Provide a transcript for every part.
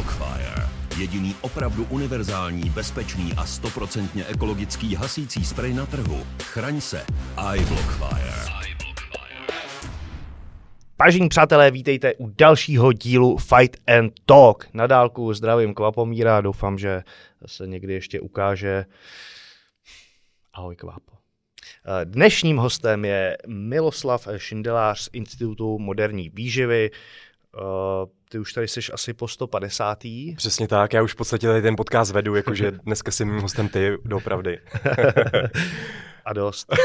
iBlockFire. Jediný opravdu univerzální, bezpečný a 100% ekologický hasící sprej na trhu. Chraň se. iBlockFire. Vážení přátelé, vítejte u dalšího dílu Fight and Talk. Na dálku zdravím Kvapomíra, doufám, že se někdy ještě ukáže. Ahoj Kvápo. Dnešním hostem je Miloslav Šindelář z Institutu moderní výživy. Ty už tady jsi asi po 150. Přesně tak, já už v podstatě tady ten podcast vedu, jakože dneska jsem mým hostem ty, doopravdy. A dost.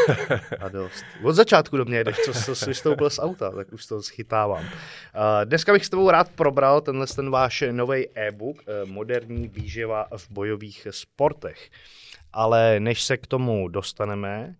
Od začátku do mě jdeš, co jsi vystoupil z auta, tak už to schytávám. Dneska bych s tebou rád probral ten váš nový e-book Moderní výživa v bojových sportech. Ale než se k tomu dostaneme,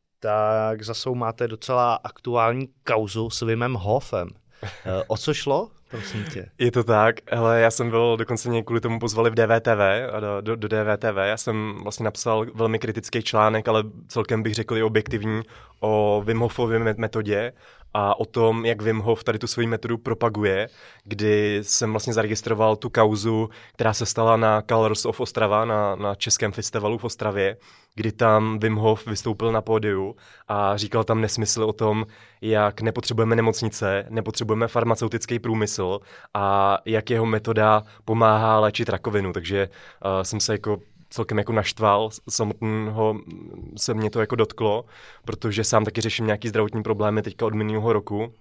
tak zase máte docela aktuální kauzu s Wimem Hofem. O co šlo? Prosím tě. Je to tak, hele, já jsem byl dokonce mě kvůli tomu pozvali v DVTV, do DVTV, já jsem vlastně napsal velmi kritický článek, ale celkem bych řekl i objektivní, o Wim Hofově metodě a o tom, jak Wim Hof tady tu svoji metodu propaguje, kdy jsem vlastně zaregistroval tu kauzu, která se stala na Colors of Ostrava, na českém festivalu v Ostravě, kdy tam Wim Hof vystoupil na pódiu a říkal tam nesmysl o tom, jak nepotřebujeme nemocnice, nepotřebujeme farmaceutický průmysl a jak jeho metoda pomáhá léčit rakovinu, takže jsem se celkem naštval, samotného se mě to dotklo, protože sám taky řeším nějaký zdravotní problémy teďka od minulého roku.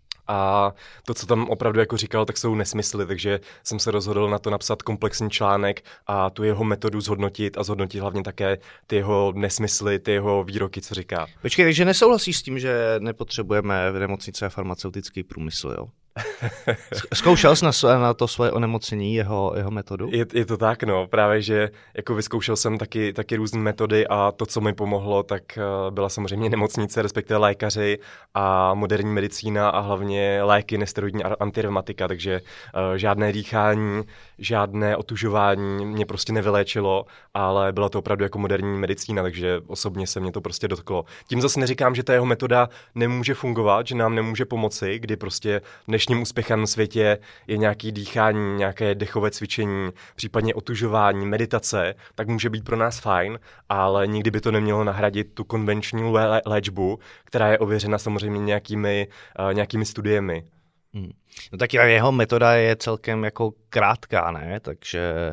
A to, co tam opravdu říkal, tak jsou nesmysly, takže jsem se rozhodl na to napsat komplexní článek a tu jeho metodu zhodnotit a zhodnotit hlavně také ty jeho nesmysly, ty jeho výroky, co říká. Počkej, takže nesouhlasíš s tím, že nepotřebujeme v nemocnici a farmaceutický průmysl, jo? Zkoušel jsi na to svoje onemocnění, jeho metodu? Je to tak, no, právě, že vyzkoušel jsem taky různé metody a to, co mi pomohlo, tak byla samozřejmě nemocnice, respektive lékaři a moderní medicína a hlavně léky, nesteroidní antireumatika, takže žádné dýchání, žádné otužování mě prostě nevyléčilo, ale byla to opravdu moderní medicína, takže osobně se mě to prostě dotklo. Tím zase neříkám, že ta jeho metoda nemůže fungovat, že nám nemůže pomoci, kdy prostě v dnešním úspěchaném světě je nějaké dýchání, nějaké dechové cvičení, případně otužování, meditace, tak může být pro nás fajn, ale nikdy by to nemělo nahradit tu konvenční léčbu, která je ověřena samozřejmě nějakými studiemi. No tak jeho metoda je celkem krátká, ne? Takže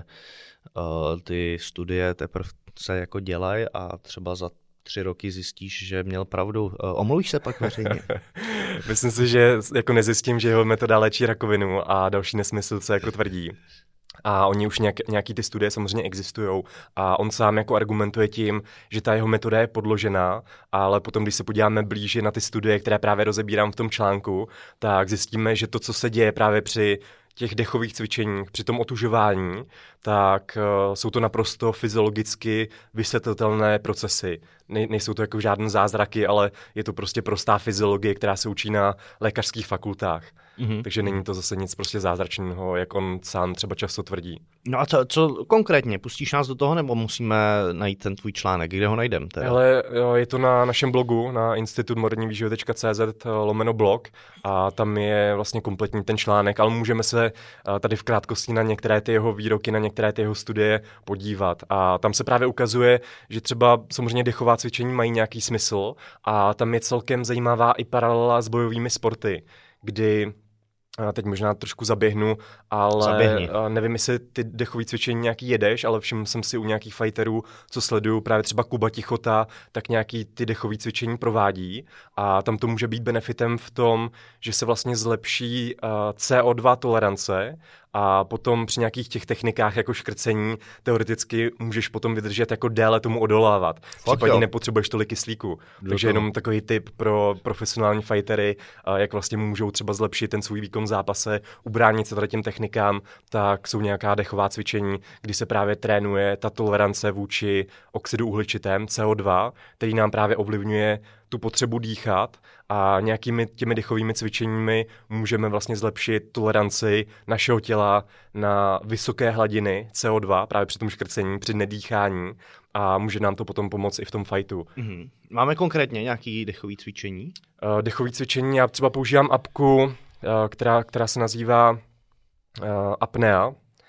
ty studie teprve se dělají a třeba za 3 roky zjistíš, že měl pravdu. Omluvíš se pak veřejně? Myslím si, že nezjistím, že jeho metoda léčí rakovinu a další nesmysl, co tvrdí. A oni už nějaký ty studie samozřejmě existují a on sám argumentuje tím, že ta jeho metoda je podložená, ale potom, když se podíváme blíže na ty studie, které právě rozebírám v tom článku, tak zjistíme, že to, co se děje právě při těch dechových cvičeních, při tom otužování, tak jsou to naprosto fyziologicky vysvětlitelné procesy. Nejsou to žádné zázraky, ale je to prostě prostá fyziologie, která se učí na lékařských fakultách. Mm-hmm. Takže není to zase nic prostě zázračného, jak on sám třeba často tvrdí. No a co konkrétně? Pustíš nás do toho, nebo musíme najít ten tvůj článek? Kde ho najdeme? Ale je to na našem blogu, na institutmodernívyživy.cz/blog a tam je vlastně kompletní ten článek, ale můžeme se tady v krátkosti na některé ty jeho výroky, na některé ty jeho studie podívat. A tam se právě ukazuje, že třeba samozřejmě dechová cvičení mají nějaký smysl a tam je celkem zajímavá i paralela s bojovými sporty, kdy teď možná trošku zaběhnu, ale nevím, jestli ty dechové cvičení nějaký jedeš, ale všiml jsem si u nějakých fighterů, co sleduju, právě třeba Kuba Tichota, tak nějaký ty dechové cvičení provádí a tam to může být benefitem v tom, že se vlastně zlepší CO2 tolerance a potom při nějakých těch technikách jako škrcení teoreticky můžeš potom vydržet déle tomu odolávat. Případně nepotřebuješ tolik kyslíku. Takže jenom takový tip pro profesionální fightery, jak vlastně můžou třeba zlepšit ten svůj výkon v zápase, ubránit se tady těm technikám, tak jsou nějaká dechová cvičení, kdy se právě trénuje ta tolerance vůči oxidu uhličitém CO2, který nám právě ovlivňuje tu potřebu dýchat a nějakými těmi dechovými cvičeními můžeme vlastně zlepšit toleranci našeho těla na vysoké hladiny CO2 právě při tom škrcení, při nedýchání a může nám to potom pomoct i v tom fightu. Mm-hmm. Máme konkrétně nějaké dechové cvičení? Dechové cvičení, já třeba používám apku, která se nazývá Apnea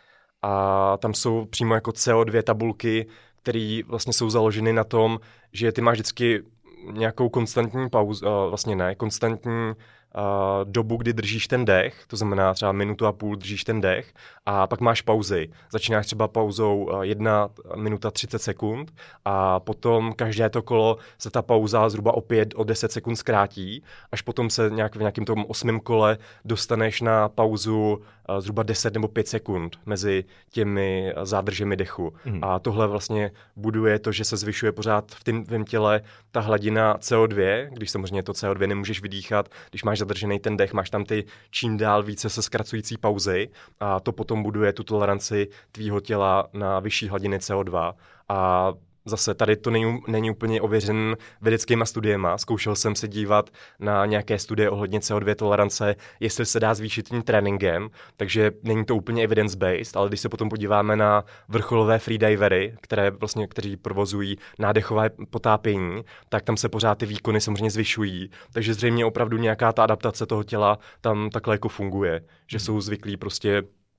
a tam jsou přímo jako CO2 tabulky, které vlastně jsou založeny na tom, že ty máš vždycky nějakou konstantní pauzu, vlastně ne, konstantní dobu, kdy držíš ten dech, to znamená třeba 1,5 minuty držíš ten dech a pak máš pauzy. Začínáš třeba pauzou 1 minuta 30 sekund a potom každé to kolo se ta pauza zhruba o 10 sekund zkrátí, až potom se v nějakém tom 8. kole dostaneš na pauzu zhruba 10 nebo 5 sekund mezi těmi zádržemi dechu. A tohle vlastně buduje to, že se zvyšuje pořád v tvém těle ta hladina CO2, když samozřejmě to CO2 nemůžeš vydýchat, když máš zadržený ten dech, máš tam ty čím dál více se zkracující pauzy a to potom buduje tu toleranci tvýho těla na vyšší hladiny CO2 a zase tady to není úplně ověřen vědeckýma studiema. Zkoušel jsem se dívat na nějaké studie ohledně CO2 tolerance, jestli se dá zvýšit tím tréninkem, takže není to úplně evidence-based, ale když se potom podíváme na vrcholové freedivery, kteří provozují nádechové potápění, tak tam se pořád ty výkony samozřejmě zvyšují, takže zřejmě opravdu nějaká ta adaptace toho těla tam takhle jako funguje, že jsou zvyklí prostě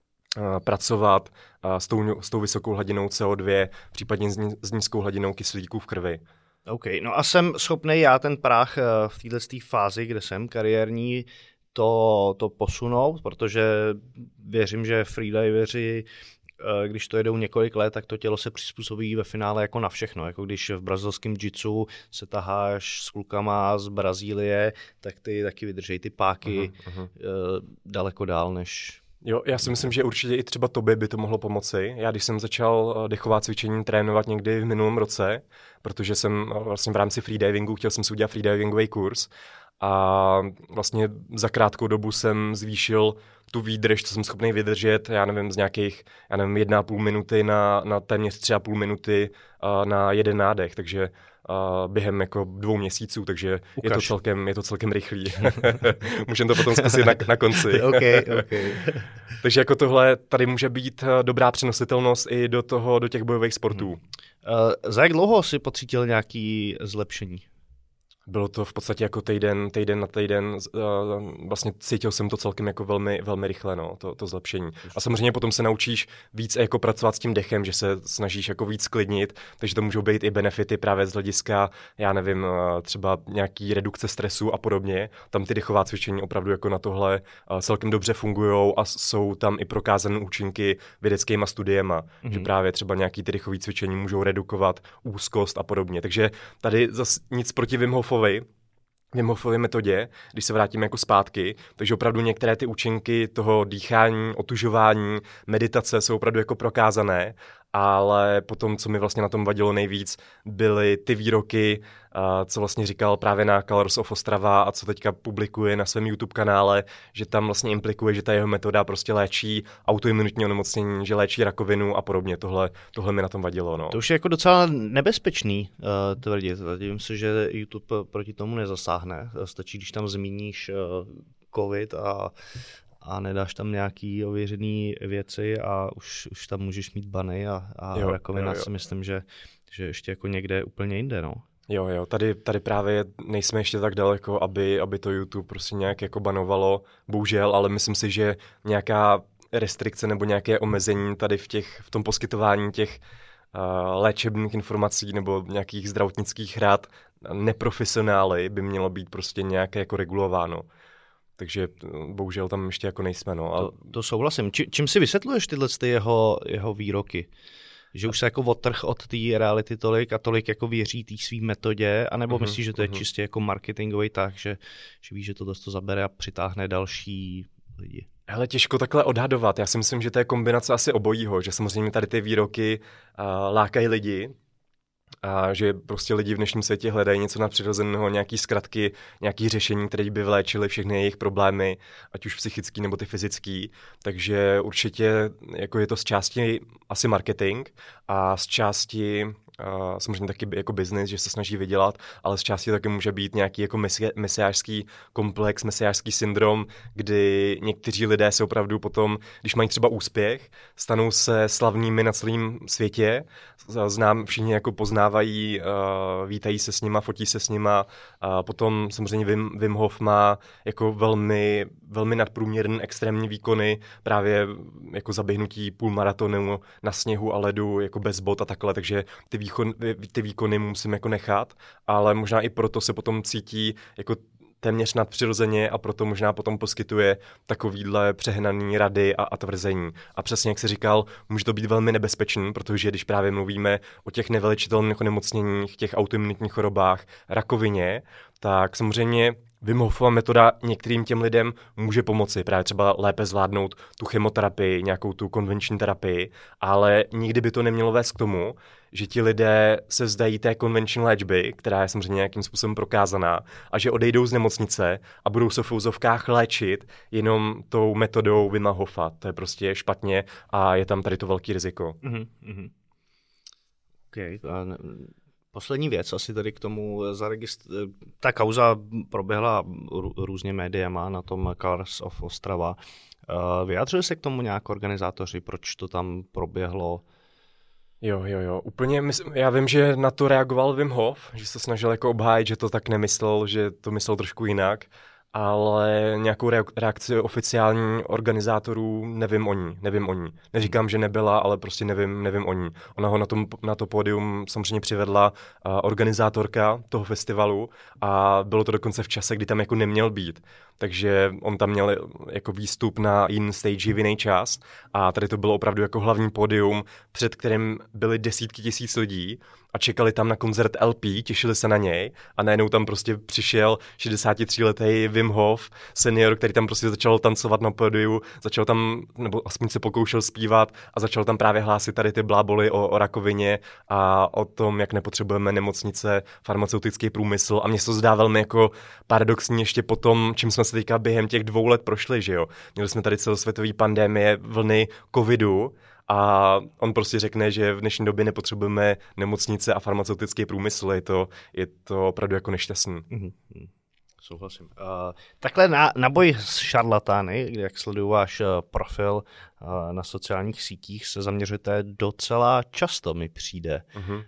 pracovat s tou vysokou hladinou CO2, případně s nízkou hladinou kyslíku v krvi. OK, no a jsem schopný já ten práh v této fázi, kde jsem kariérní, to posunout, protože věřím, že freediveri, když to jedou několik let, tak to tělo se přizpůsobí ve finále jako na všechno. Jako když v brazilském jiu-jitsu se taháš s klukama z Brazílie, tak ty taky vydržej ty páky daleko dál než... Jo, já si myslím, že určitě i třeba tobě by to mohlo pomoci. Já když jsem začal dechová cvičení trénovat někdy v minulém roce, protože jsem vlastně v rámci freedivingu, chtěl jsem si udělat freedivingový kurz a vlastně za krátkou dobu jsem zvýšil tu výdrž, co jsem schopný vydržet, já nevím, z nějakých, 1,5 minuty na téměř 3,5 minuty na jeden nádech, takže během jako 2 měsíců, takže je to celkem rychlý. Můžeme to potom zkusit na konci. Okay. Takže jako tohle tady může být dobrá přenositelnost i do těch bojových sportů. Za jak dlouho jsi pocítil nějaké zlepšení? Bylo to v podstatě jako týden na týden, vlastně cítil jsem to celkem jako velmi, velmi rychle, no, to zlepšení. A samozřejmě potom se naučíš víc jako pracovat s tím dechem, že se snažíš jako víc sklidnit, takže to můžou být i benefity právě z hlediska, já nevím, třeba nějaký redukce stresu a podobně. Tam ty dechová cvičení opravdu jako na tohle celkem dobře fungujou a jsou tam i prokázané účinky vědeckýma studiema, že právě třeba nějaký ty dechové cvičení můžou redukovat úzkost a podobně. Takže tady zase nic proti Wim Hofově metodě, když se vrátíme jako zpátky, takže opravdu některé ty účinky toho dýchání, otužování, meditace jsou opravdu jako prokázané, ale potom, co mi vlastně na tom vadilo nejvíc, byly ty výroky, co vlastně říkal právě na Colors of Ostrava a co teďka publikuje na svém YouTube kanále, že tam vlastně implikuje, že ta jeho metoda prostě léčí autoimunitní onemocnění, že léčí rakovinu a podobně. Tohle mi na tom vadilo. No. To už je jako docela nebezpečný tvrdit. Vím si, že YouTube proti tomu nezasáhne. Stačí, když tam zmíníš covid a nedáš tam nějaký ověřený věci a už tam můžeš mít bany a rakovina si myslím, že ještě jako někde úplně jinde, no. Jo, tady právě nejsme ještě tak daleko, aby to YouTube prostě nějak jako banovalo, bohužel, ale myslím si, že nějaká restrikce nebo nějaké omezení tady v tom poskytování těch léčebných informací nebo nějakých zdravotnických rad neprofesionály by mělo být prostě nějaké jako regulováno. Takže bohužel tam ještě jako nejsme. No. To souhlasím. Čím si vysvětluješ tyhle jeho výroky? Že už se jako odtrh od té reality tolik jako věří té svý metodě, anebo myslíš, že to je čistě jako marketingový tak, že víš, že to zabere a přitáhne další lidi? Hele, těžko takhle odhadovat. Já si myslím, že to je kombinace asi obojího, že samozřejmě tady ty výroky lákají lidi, a že prostě lidi v dnešním světě hledají něco nadpřirozeného, nějaký zkratky, nějaký řešení, které by vyléčily všechny jejich problémy, ať už psychický nebo ty fyzický. Takže určitě jako je to z části asi marketing a z části samozřejmě taky jako business, že se snaží vydělat, ale z části taky může být nějaký jako mesiářský komplex, mesiářský syndrom, kdy někteří lidé se opravdu potom, když mají třeba úspěch, stanou se slavnými na celém světě. Všichni jako poznávají, vítají se s nima, fotí se s nima. A potom samozřejmě Wim Hof má jako velmi, velmi nadprůměrný extrémní výkony, právě jako zaběhnutí půlmaratonu na sněhu a ledu, jako bez bot a takhle, takže ty výkony musím jako nechat, ale možná i proto se potom cítí jako téměř nadpřirozeně a proto možná potom poskytuje takovýhle přehnaný rady a tvrzení. A přesně jak jsi říkal, může to být velmi nebezpečný, protože když právě mluvíme o těch nevylečitelných onemocněních, těch autoimunitních chorobách, rakovině, tak samozřejmě Wim Hofova metoda některým těm lidem může pomoci právě třeba lépe zvládnout tu chemoterapii, nějakou tu konvenční terapii, ale nikdy by to nemělo vést k tomu, že ti lidé se vzdají té konvenční léčby, která je samozřejmě nějakým způsobem prokázaná, a že odejdou z nemocnice a budou se v fouzovkách léčit jenom tou metodou Wima Hofa. To je prostě špatně a je tam tady to velký riziko. Mm-hmm. Okay. Poslední věc asi tady k tomu ta kauza proběhla různě médiama na tom Colors of Ostrava. Vyjádřili se k tomu nějak organizátoři, proč to tam proběhlo? Jo, úplně, já vím, že na to reagoval Wim Hof, že se snažil jako obhájit, že to tak nemyslel, že to myslel trošku jinak, ale nějakou reakci oficiální organizátorů nevím o ní. Neříkám, že nebyla, ale prostě nevím o ní. Ona ho na to pódium samozřejmě přivedla organizátorka toho festivalu a bylo to dokonce v čase, kdy tam jako neměl být. Takže on tam měl jako výstup na jiný stage v jiný čas a tady to bylo opravdu jako hlavní pódium, před kterým byly desítky tisíc lidí a čekali tam na koncert LP, těšili se na něj a najednou tam prostě přišel 63letý Wim Hof, senior, který tam prostě začal tancovat na pódiu, začal tam, nebo aspoň se pokoušel zpívat a začal tam právě hlásit tady ty bláboly o rakovině a o tom, jak nepotřebujeme nemocnice, farmaceutický průmysl a mně se to zdá velmi jako paradoxní ještě po tom, čím jsme se teďka během těch 2 let prošli, že jo. Měli jsme tady celosvětový pandemie, vlny covidu a on prostě řekne, že v dnešní době nepotřebujeme nemocnice a farmaceutický průmysl, je to opravdu jako nešťastný. Souhlasím. Takhle na boj s šarlatány, jak sleduju váš profil na sociálních sítích, se zaměřujete docela často, mi přijde.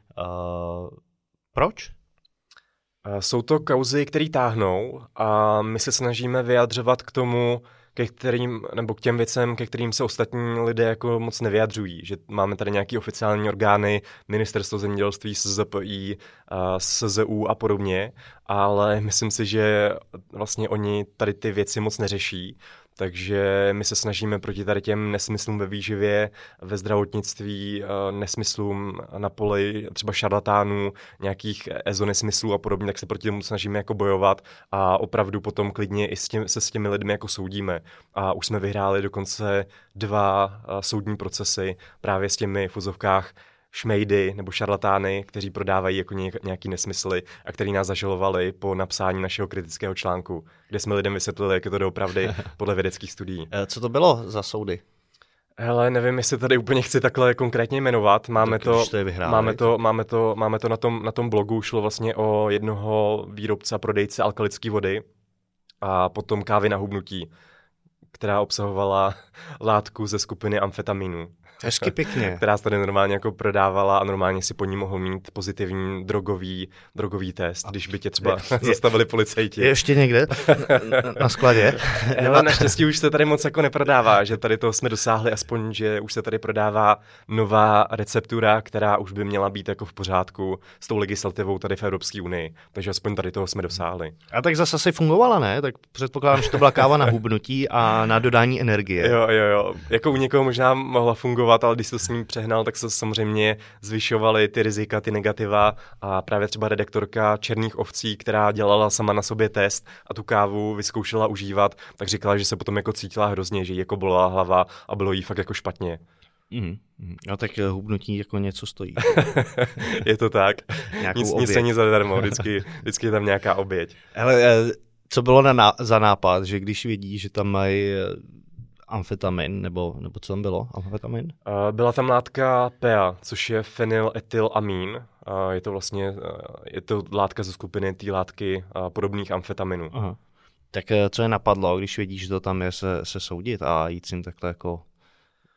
Proč? Jsou to kauzy, které táhnou a my se snažíme vyjadřovat k tomu, k těm věcem, ke kterým se ostatní lidé jako moc nevyjadřují. Že máme tady nějaké oficiální orgány, Ministerstvo zemědělství, SZPI, SZU a podobně, ale myslím si, že vlastně oni tady ty věci moc neřeší. Takže my se snažíme proti tady těm nesmyslům ve výživě, ve zdravotnictví, nesmyslům na poli třeba šarlatánů, nějakých ezonesmyslů a podobně, tak se proti tomu snažíme jako bojovat a opravdu potom klidně i se s těmi lidmi jako soudíme. A už jsme vyhráli dokonce 2 soudní procesy právě s těmi v uvozovkách šmejdy nebo šarlatány, kteří prodávají jako nějaký nesmysly a který nás zažalovali po napsání našeho kritického článku, kde jsme lidem vysvětlili, jak je to doopravdy podle vědeckých studií. Co to bylo za soudy? Hele, nevím, jestli tady úplně chci takhle konkrétně jmenovat. Máme to na tom blogu, šlo vlastně o jednoho výrobce a prodejce alkalické vody a potom kávy na hubnutí, která obsahovala látku ze skupiny amfetaminu. Hezky pěkně. Která se tady normálně jako prodávala a normálně si po ní mohl mít pozitivní drogový test, když by tě třeba zastavili policajti. Je ještě někde na skladě? Ale naštěstí už se tady moc jako neprodává, že tady toho jsme dosáhli aspoň, že už se tady prodává nová receptura, která už by měla být jako v pořádku s tou legislativou tady v Evropské unii. Takže aspoň tady toho jsme dosáhli. A tak zase asi fungovala, ne? Tak předpokládám, že to byla káva na hubnutí a na dodání energie. Jo. Jako u někoho možná mohla fungovat, ale když to s ním přehnal, tak se samozřejmě zvyšovaly ty rizika, ty negativa a právě třeba redaktorka Černých ovcí, která dělala sama na sobě test a tu kávu vyzkoušela užívat, tak říkala, že se potom jako cítila hrozně, že jí jako bolela hlava a bylo jí fakt jako špatně. No tak hubnutí jako něco stojí. Je to tak. Nic není zadarmo, vždycky je tam nějaká oběť. Hele, co bylo za nápad, že když vidí, že tam mají amfetamin, nebo co tam bylo? Amfetamin? Byla tam látka PEA, což je fenyletylamín. Je to látka ze skupiny té látky podobných amfetaminů. Aha. Tak co je napadlo, když vidíš, že to tam je se soudit a jít s ním takhle jako...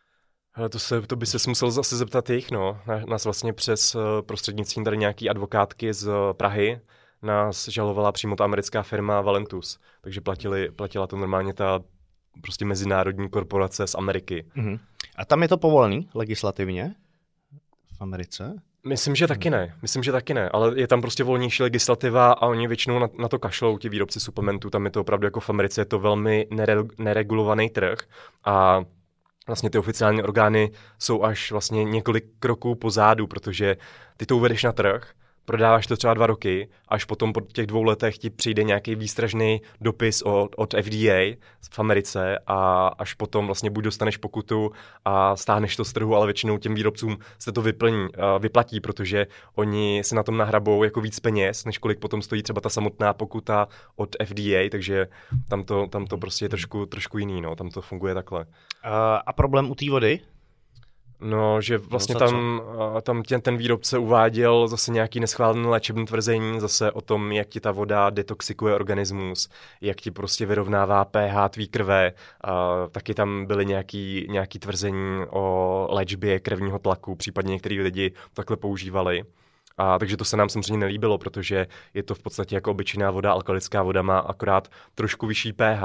Hele, to by se musel zase zeptat jich, no. Nás vlastně přes prostřednictvím tady nějaký advokátky z Prahy nás žalovala přímo ta americká firma Valentus, takže platila to normálně ta prostě mezinárodní korporace z Ameriky. Uh-huh. A tam je to povolený legislativně v Americe? Myslím, že taky ne, ale je tam prostě volnější legislativa a oni většinou na to kašlou, ti výrobci suplementů, tam je to opravdu jako v Americe, je to velmi neregulovaný trh a vlastně ty oficiální orgány jsou až vlastně několik kroků pozadu, protože ty to uvedeš na trh, prodáváš to třeba 2 roky, až potom po těch 2 letech ti přijde nějaký výstražný dopis od FDA v Americe a až potom vlastně buď dostaneš pokutu a stáhneš to z trhu, ale většinou těm výrobcům se to vyplatí, protože oni se na tom nahrabou jako víc peněz, než kolik potom stojí třeba ta samotná pokuta od FDA, takže tam to prostě je trošku jiný, no, tam to funguje takhle. A problém u té vody? No, že vlastně tam ten výrobce uváděl zase nějaký neschválené léčebné tvrzení, zase o tom, jak ti ta voda detoxikuje organismus, jak ti prostě vyrovnává pH tvý krve, taky tam byly nějaký tvrzení o léčbě krevního tlaku, případně některý lidi takhle používali. Takže to se nám samozřejmě nelíbilo, protože je to v podstatě jako obyčejná voda, alkalická voda má akorát trošku vyšší pH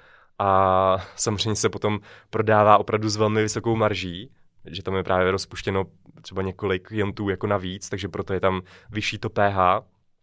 a samozřejmě se potom prodává opravdu s velmi vysokou marží, že tam je právě rozpuštěno třeba několik iontů jako navíc, takže proto je tam vyšší to pH,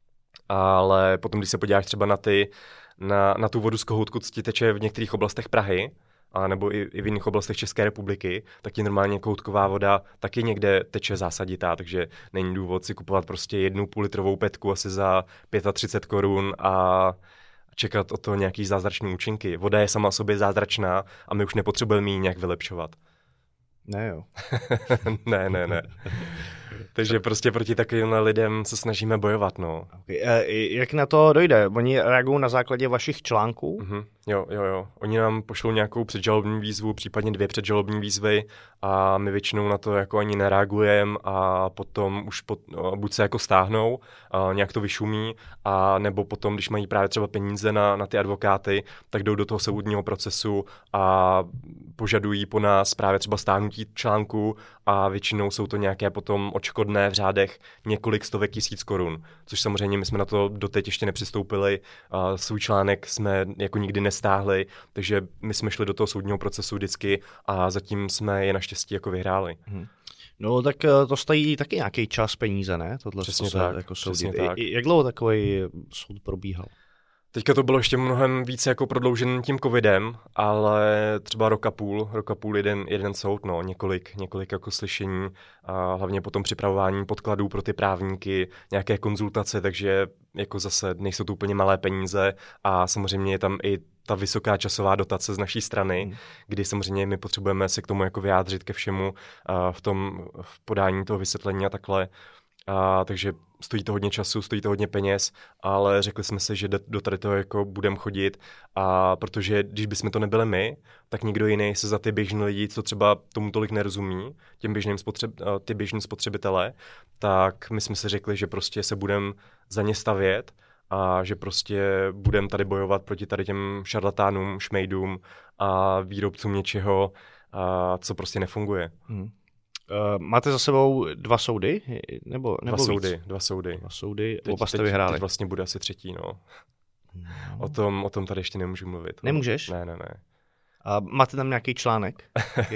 ale potom, když se podíváš třeba na tu vodu z kohoutku, co ti teče v některých oblastech Prahy, a nebo i v jiných oblastech České republiky, tak ti normálně kohoutková voda taky někde teče zásaditá, takže není důvod si kupovat prostě 1 půllitrovou petku asi za 35 korun a čekat o to nějaký zázračný účinky. Voda je sama o sobě zázračná a my už nepotřebujeme ji nějak vylepšovat. Ne jo. ne. Takže prostě proti takovým lidem se snažíme bojovat, no. Okay. Jak na to dojde? Oni reagují na základě vašich článků? Mm-hmm. Jo. Oni nám pošlou nějakou předžalobní výzvu, případně 2 předžalobní výzvy a my většinou na to jako ani nereagujeme a potom už buď se jako stáhnou, nějak to vyšumí, a nebo potom, když mají právě třeba peníze na ty advokáty, tak jdou do toho soudního procesu a požadují po nás právě třeba stáhnutí článku a většinou jsou to nějaké potom odškodné v řádech několik stovek tisíc korun, což samozřejmě my jsme na to doteď ještě nepřistoupili, svůj článek jsme jako nikdy nestáhli, takže my jsme šli do toho soudního procesu vždycky a zatím jsme je naštěstí jako vyhráli. No tak to stojí taky nějaký čas, peníze, ne? Tohle přesně tak, jako přesně tak. Jak dlouho takový soud probíhal? Teďka to bylo ještě mnohem více jako prodlouženým tím covidem, ale třeba rok a půl jeden soud, no, několik jako slyšení a hlavně potom připravování podkladů pro ty právníky, nějaké konzultace, takže jako zase nejsou to úplně malé peníze a samozřejmě je tam i ta vysoká časová dotace z naší strany, kdy samozřejmě my potřebujeme se k tomu jako vyjádřit ke všemu v podání toho vysvětlení a takhle. Takže stojí to hodně času, stojí to hodně peněz, ale řekli jsme si, že do tady toho jako budeme chodit, a protože když bychom to nebyli my, tak nikdo jiný se za ty běžní lidi, co třeba tomu tolik nerozumí, ty běžní spotřebitele, tak my jsme si řekli, že prostě se budeme za ně stavět a že prostě budeme tady bojovat proti tady těm šarlatánům, šmejdům a výrobcům něčeho, co prostě nefunguje. Máte za sebou 2 soudy? Nebo Dva soudy. Oba jste vyhráli. Teď vlastně bude asi 3. no. O tom tady ještě nemůžu mluvit. Nemůžeš? Ne. A máte tam nějaký článek?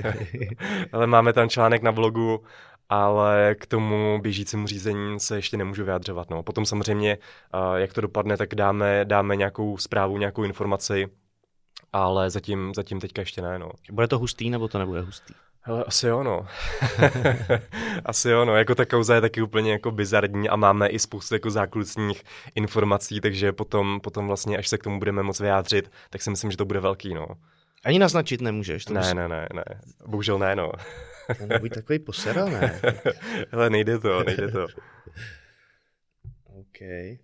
Ale máme tam článek na blogu, ale k tomu běžícímu řízení se ještě nemůžu vyjadřovat. No. Potom samozřejmě, jak to dopadne, tak dáme nějakou zprávu, nějakou informaci, ale zatím teďka ještě ne. No. Bude to hustý, nebo to nebude hustý? Hele, asi jo, no. Asi jo, no. Jako ta kauza je taky úplně jako bizarní a máme i spoustu jako zákulisních informací, takže potom vlastně, až se k tomu budeme moc vyjádřit, tak si myslím, že to bude velký, no. Ani naznačit nemůžeš? Ne. Bohužel ne, no. To nebuď takový posera, ne? Hele, nejde to. OK.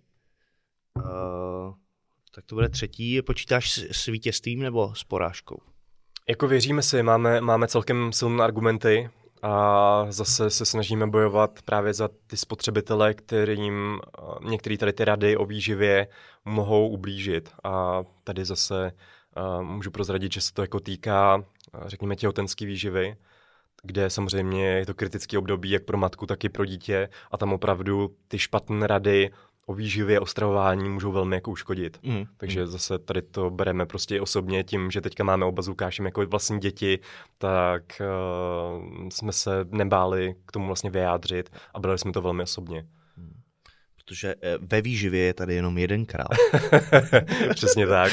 Tak to bude 3. Počítáš s vítězstvím nebo s porážkou? Jako věříme si, máme celkem silné argumenty a zase se snažíme bojovat právě za ty spotřebitele, kterým některé tady ty rady o výživě mohou ublížit. A tady zase můžu prozradit, že se to jako týká, řekněme, těhotenské výživy, kde samozřejmě je to kritické období jak pro matku, tak i pro dítě a tam opravdu ty špatné rady o výživě, o stravování můžou velmi jako uškodit. Takže zase tady to bereme prostě osobně tím, že teďka máme oba s Lukášem jako vlastní děti, tak jsme se nebáli k tomu vlastně vyjádřit a brali jsme to velmi osobně. Protože ve výživě je tady jenom jeden král. Přesně tak.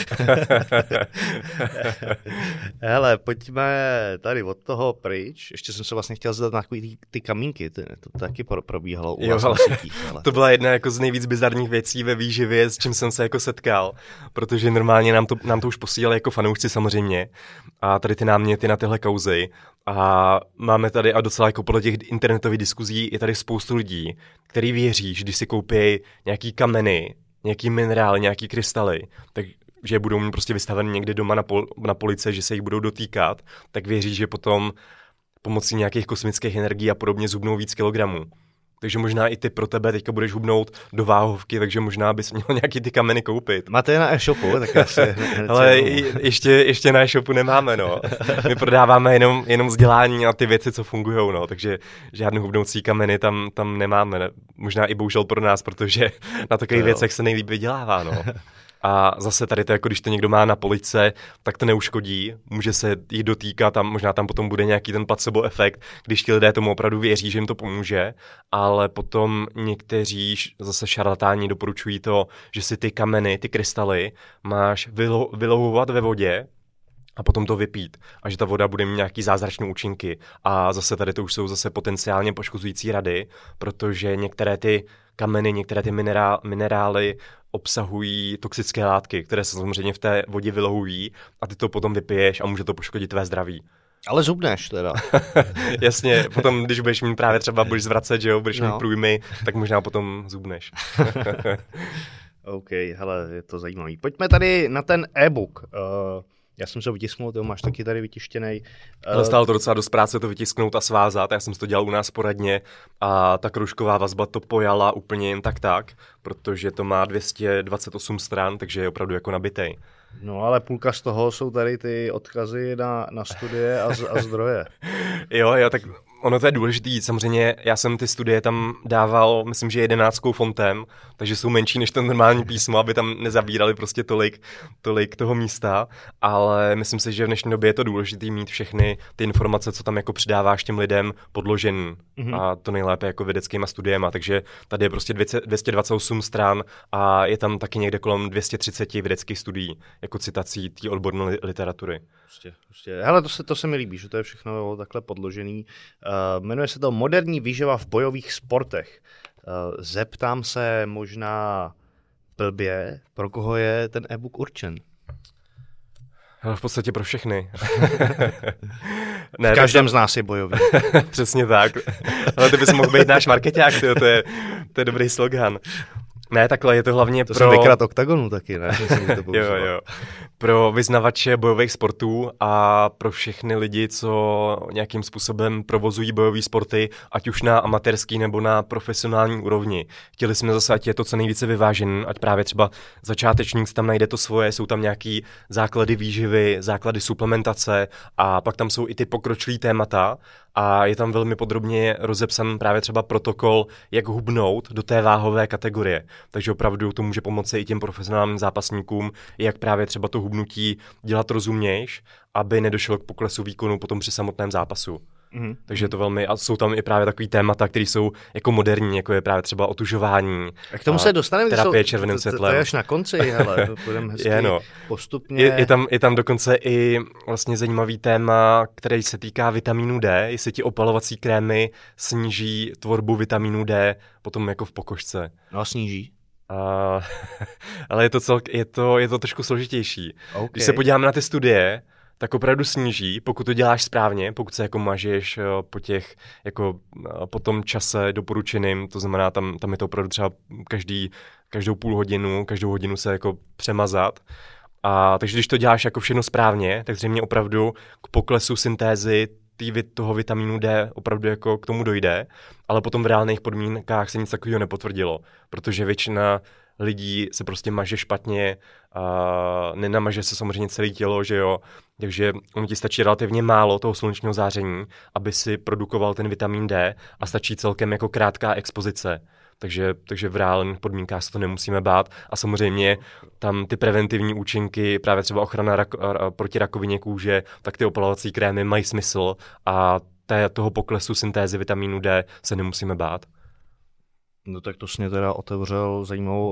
Hele, pojďme tady od toho pryč. Ještě jsem se vlastně chtěl zdat na ty kamínky. To taky probíhalo u vás na sítích. To byla jedna jako z nejvíc bizarních věcí ve výživě, s čím jsem se jako setkal, protože normálně nám to už posílali jako fanoušci samozřejmě a tady ty náměty na tyhle kauzy. A máme tady, a docela jako podle těch internetových diskuzí, je tady spoustu lidí, kteří věří, že když si koupí nějaký kameny, nějaký minerál, nějaký krystaly, takže budou mít prostě vystaveny někde doma na police, že se jich budou dotýkat, tak věří, že potom pomocí nějakých kosmických energií a podobně zhubnou víc kilogramů. Takže možná i ty pro tebe teďka budeš hubnout do váhovky, takže možná bys měl nějaký ty kameny koupit. Máte je na e-shopu, tak asi... Ale ještě na e-shopu nemáme, no. My prodáváme jenom vzdělání a ty věci, co fungujou, no. Takže žádný hubnoucí kameny tam nemáme. Ne? Možná i bohužel pro nás, protože na takových věcech se nejlíp vydělává, no. A zase tady to, jako když to někdo má na police, tak to neuškodí, může se jich dotýkat a možná tam potom bude nějaký ten placebo efekt, když ti lidé tomu opravdu věří, že jim to pomůže, ale potom někteří zase šarlatáni doporučují to, že si ty kameny, ty krystaly máš vylouhovat ve vodě a potom to vypít a že ta voda bude mít nějaký zázračné účinky. A zase tady to už jsou zase potenciálně poškozující rady, protože některé ty kameny, některé ty minerály obsahují toxické látky, které se samozřejmě v té vodě vylouhují a ty to potom vypiješ a může to poškodit tvé zdraví. Ale zubneš teda. Jasně, potom, když budeš mít právě třeba, budeš zvracet, že jo, budeš mít průjmy, tak možná potom zubneš. OK, hele, je to zajímavý. Pojďme tady na ten e-book. Já jsem se vytisknul, ty máš taky tady vytištěnej. Stálo to docela dost práce to vytisknout a svázat, já jsem to dělal u nás poradně a ta kroužková vazba to pojala úplně jen tak, protože to má 228 stran, takže je opravdu jako nabitej. No ale půlka z toho jsou tady ty odkazy na studie a zdroje. Jo, tak ono to je důležitý, samozřejmě já jsem ty studie tam dával, myslím, že 11 fontem, takže jsou menší než to normální písmo, aby tam nezabírali prostě tolik toho místa, ale myslím si, že v dnešní době je to důležitý mít všechny ty informace, co tam jako přidáváš těm lidem podložený a to nejlépe jako vědeckýma studiema, takže tady je prostě 228 stran a je tam taky někde kolem 230 vědeckých studií, jako citací té odborné literatury. Prostě. Hele, to se mi líbí, že to je všechno takhle podložený. Jmenuje se to Moderní výživa v bojových sportech. Zeptám se možná blbě, pro koho je ten e-book určen? V podstatě pro všechny. Ne, v každém z nás je bojový. Přesně tak. Ale ty bys mohl být náš markeťák, to je dobrý slogan. Ne, takhle je to hlavně to pro... To jsem vykrát OKTAGONu taky, ne? Jo. Pro vyznavače bojových sportů a pro všechny lidi, co nějakým způsobem provozují bojové sporty, ať už na amatérský nebo na profesionální úrovni. Chtěli jsme zase, ať je to co nejvíce vyvážené, ať právě třeba začátečník tam najde to svoje, jsou tam nějaký základy výživy, základy suplementace a pak tam jsou i ty pokročilý témata a je tam velmi podrobně rozepsan právě třeba protokol, jak hubnout do té váhové kategorie. Takže opravdu to může pomoci i těm profesionálním zápasníkům, jak právě třeba to hubnutí dělat rozumnějš, aby nedošlo k poklesu výkonu potom při samotném zápasu. Takže je to velmi, a jsou tam i právě takový témata, které jsou jako moderní, jako je právě třeba otužování. A k tomu se dostaneme, terapie červeným světlem. To je až na konci, hele, půjdeme hezky postupně. Je tam dokonce i vlastně zajímavý téma, který se týká vitamínu D, jestli ti opalovací krémy sníží tvorbu vitamínu D potom jako v pokožce. No a sníží. Ale je to trošku složitější. Okay. Když se podíváme na ty studie, tak opravdu sníží, pokud to děláš správně, pokud se jako mažeš po tom čase doporučeným, to znamená, tam je to opravdu třeba každou půl hodinu, každou hodinu se jako přemazat. Takže když to děláš jako všechno správně, tak zřejmě opravdu k poklesu syntézy toho vitamínu D opravdu jako k tomu dojde, ale potom v reálných podmínkách se nic takového nepotvrdilo, protože většina lidí se prostě maže špatně, nenamaže se samozřejmě celé tělo, že jo, takže ono ti stačí relativně málo toho slunečního záření, aby si produkoval ten vitamin D a stačí celkem jako krátká expozice. Takže v reálných podmínkách se to nemusíme bát a samozřejmě tam ty preventivní účinky, právě třeba ochrana proti rakovině kůže, tak ty opalovací krémy mají smysl a toho poklesu syntézy vitamínu D se nemusíme bát. No tak to jsi mě teda otevřel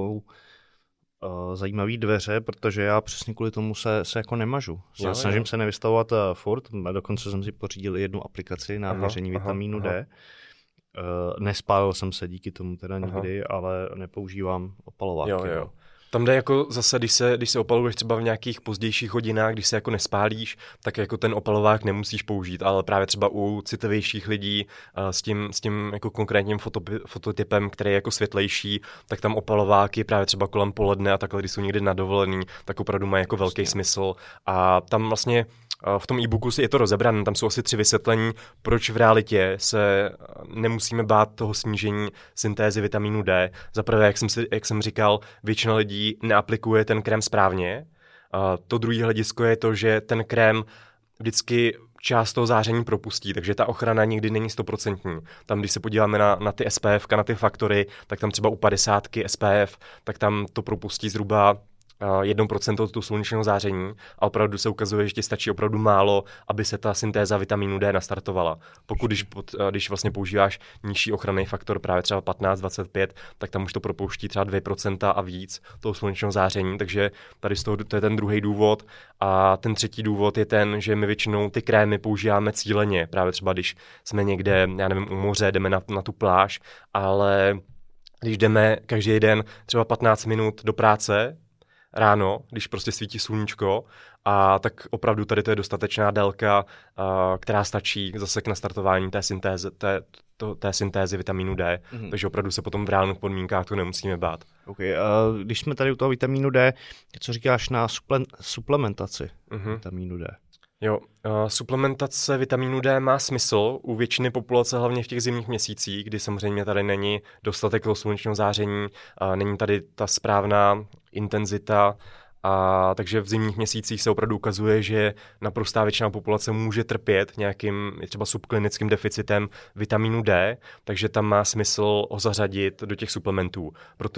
zajímavý dveře, protože já přesně kvůli tomu se jako nemažu. Snažím se nevystavovat furt, dokonce jsem si pořídil jednu aplikaci na měření vitamínu D. Nespálil jsem se díky tomu teda nikdy, ale nepoužívám opalováky. Jo. Tam jde jako zase, když se opaluješ třeba v nějakých pozdějších hodinách, když se jako nespálíš, tak jako ten opalovák nemusíš použít, ale právě třeba u citlivějších lidí s tím jako konkrétním fototypem, který je jako světlejší, tak tam opalováky právě třeba kolem poledne a takhle, když jsou někdy na dovolený, tak opravdu mají jako velký smysl. A tam vlastně v tom e-booku je to rozebrané, tam jsou asi 3 vysvětlení, proč v realitě se nemusíme bát toho snížení syntézy vitamínu D. Za prvé, jak jsem říkal, většina lidí neaplikuje ten krém správně. To druhé hledisko je to, že ten krém vždycky část toho záření propustí, takže ta ochrana nikdy není 100%. Tam, když se podíváme na ty SPF, na ty faktory, tak tam třeba u 50 SPF, tak tam to propustí zhruba 1% od toho slunečního záření a opravdu se ukazuje, že ti stačí opravdu málo, aby se ta syntéza vitamínu D nastartovala. Pokud když vlastně používáš nižší ochranný faktor, právě třeba 15-25, tak tam už to propouští třeba 2% a víc toho slunečního záření, takže tady z toho, to je ten druhý důvod. A ten třetí důvod je ten, že my většinou ty krémy používáme cíleně, právě třeba když jsme někde, já nevím, u moře, jdeme na tu pláž, ale když jdeme každý den třeba 15 minut do práce, ráno, když prostě svítí sluníčko, a tak opravdu tady to je dostatečná délka, která stačí zase k nastartování té syntézy vitamínu D, takže opravdu se potom v reálných podmínkách to nemusíme bát. Okay, když jsme tady u toho vitamínu D, co říkáš na suplementaci vitamínu D? Jo, suplementace vitamínu D má smysl u většiny populace, hlavně v těch zimních měsících, kdy samozřejmě tady není dostatek toho slunečního záření, není tady ta správná intenzita, a takže v zimních měsících se opravdu ukazuje, že naprostá většina populace může trpět nějakým třeba subklinickým deficitem vitamínu D, takže tam má smysl ho zařadit do těch suplementů,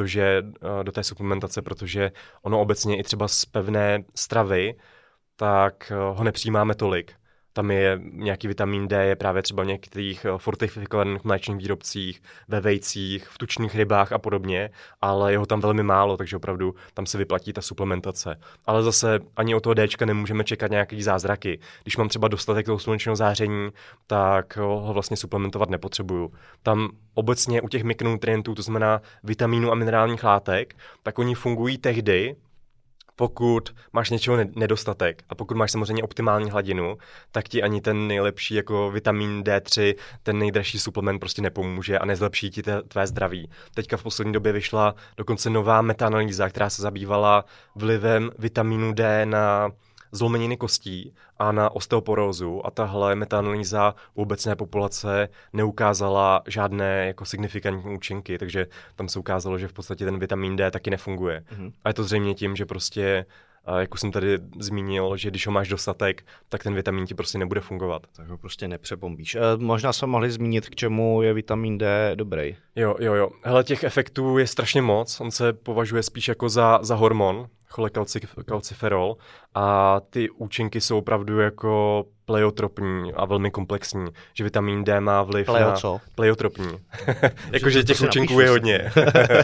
do té suplementace, protože ono obecně i třeba z pevné stravy, tak ho nepřijímáme tolik. Tam je nějaký vitamin D, je právě třeba v některých fortifikovaných mléčných výrobcích, ve vejcích, v tučných rybách a podobně, ale je ho tam velmi málo, takže opravdu tam se vyplatí ta suplementace. Ale zase ani od toho Dčka nemůžeme čekat nějaký zázraky. Když mám třeba dostatek toho slunečního záření, tak ho vlastně suplementovat nepotřebuju. Tam obecně u těch mikronutrientů, to znamená vitamínů a minerálních látek, tak oni fungují tehdy, pokud máš něčeho nedostatek a pokud máš samozřejmě optimální hladinu, tak ti ani ten nejlepší jako vitamin D3, ten nejdražší suplement prostě nepomůže a nezlepší ti tvé zdraví. Teďka v poslední době vyšla dokonce nová metaanalýza, která se zabývala vlivem vitaminu D na zlomeniny kostí a na osteoporózu a tahle metaanalýza u obecné populace neukázala žádné jako signifikantní účinky, takže tam se ukázalo, že v podstatě ten vitamin D taky nefunguje. A je to zřejmě tím, že prostě, jak už jsem tady zmínil, že když ho máš dostatek, tak ten vitamin ti prostě nebude fungovat. Tak ho prostě nepřebombíš. Možná jsme mohli zmínit, k čemu je vitamin D dobrý. Jo. Hele, těch efektů je strašně moc. On se považuje spíš jako za hormon, cholecalciferol, a ty účinky jsou opravdu jako pleiotropní a velmi komplexní, že vitamin D má vliv na... Pleiotropní. Jakože těch účinků je hodně.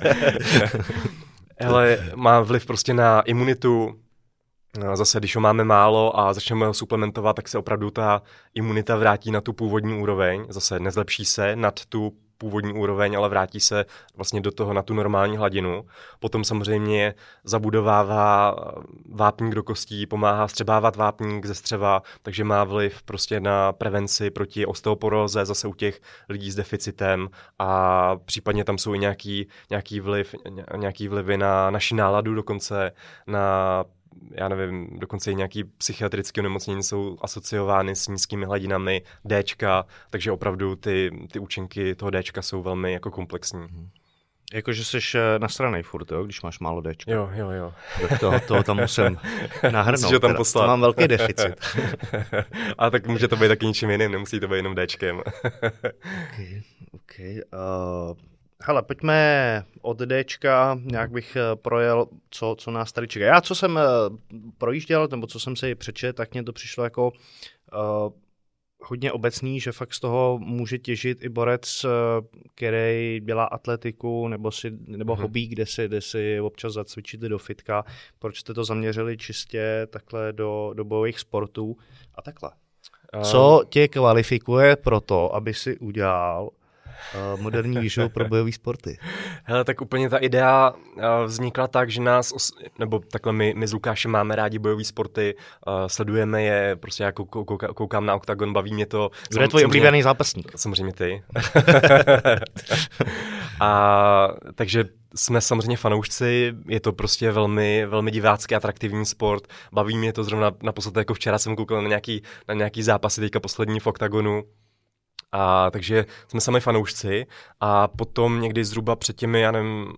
Hele, má vliv prostě na imunitu. Zase, když ho máme málo a začneme ho suplementovat, tak se opravdu ta imunita vrátí na tu původní úroveň. Zase nezlepší se nad tu původní úroveň, ale vrátí se vlastně do toho na tu normální hladinu. Potom samozřejmě zabudovává vápník do kostí, pomáhá vstřebávat vápník ze střeva, takže má vliv prostě na prevenci proti osteoporóze, zase u těch lidí s deficitem, a případně tam jsou i nějaký vlivy na naši náladu, dokonce na, já nevím, dokonce i nějaký psychiatrické onemocnění jsou asociovány s nízkými hladinami Dčka, takže opravdu ty účinky toho Dčka jsou velmi jako komplexní. Jakože jsi nasranej furt, jo, když máš málo Dčka. Jo. Toho tam musím nahrnout. Musíš ho tam poslat. Mám velký deficit. A tak může to být taky ničím jiným, nemusí to být jenom Dčkem. Okay. Hele, pojďme od Dčka, nějak bych projel, co nás tady čeká. Já, co jsem projížděl, nebo co jsem si přečet, tak mně to přišlo jako hodně obecný, že fakt z toho může těžit i borec, který dělá atletiku nebo hobby, kde si občas zacvičíte do fitka. Proč jste to zaměřili čistě takhle do bojových sportů a takhle? Co tě kvalifikuje pro to, aby si udělal moderní výživu pro bojové sporty? Hele, tak úplně ta idea vznikla tak, že nebo takhle my s Lukášem máme rádi bojové sporty, sledujeme je, prostě já koukám na Octagon, baví mě to. Kdo je tvůj oblíbený zápasník? Samozřejmě ty. Takže jsme samozřejmě fanoušci, je to prostě velmi, velmi divácký, atraktivní sport, baví mě to zrovna naposled, jako včera jsem koukal na nějaký zápasy, teďka poslední v Octagonu. Takže jsme sami fanoušci a potom někdy zhruba před těmi, já nevím,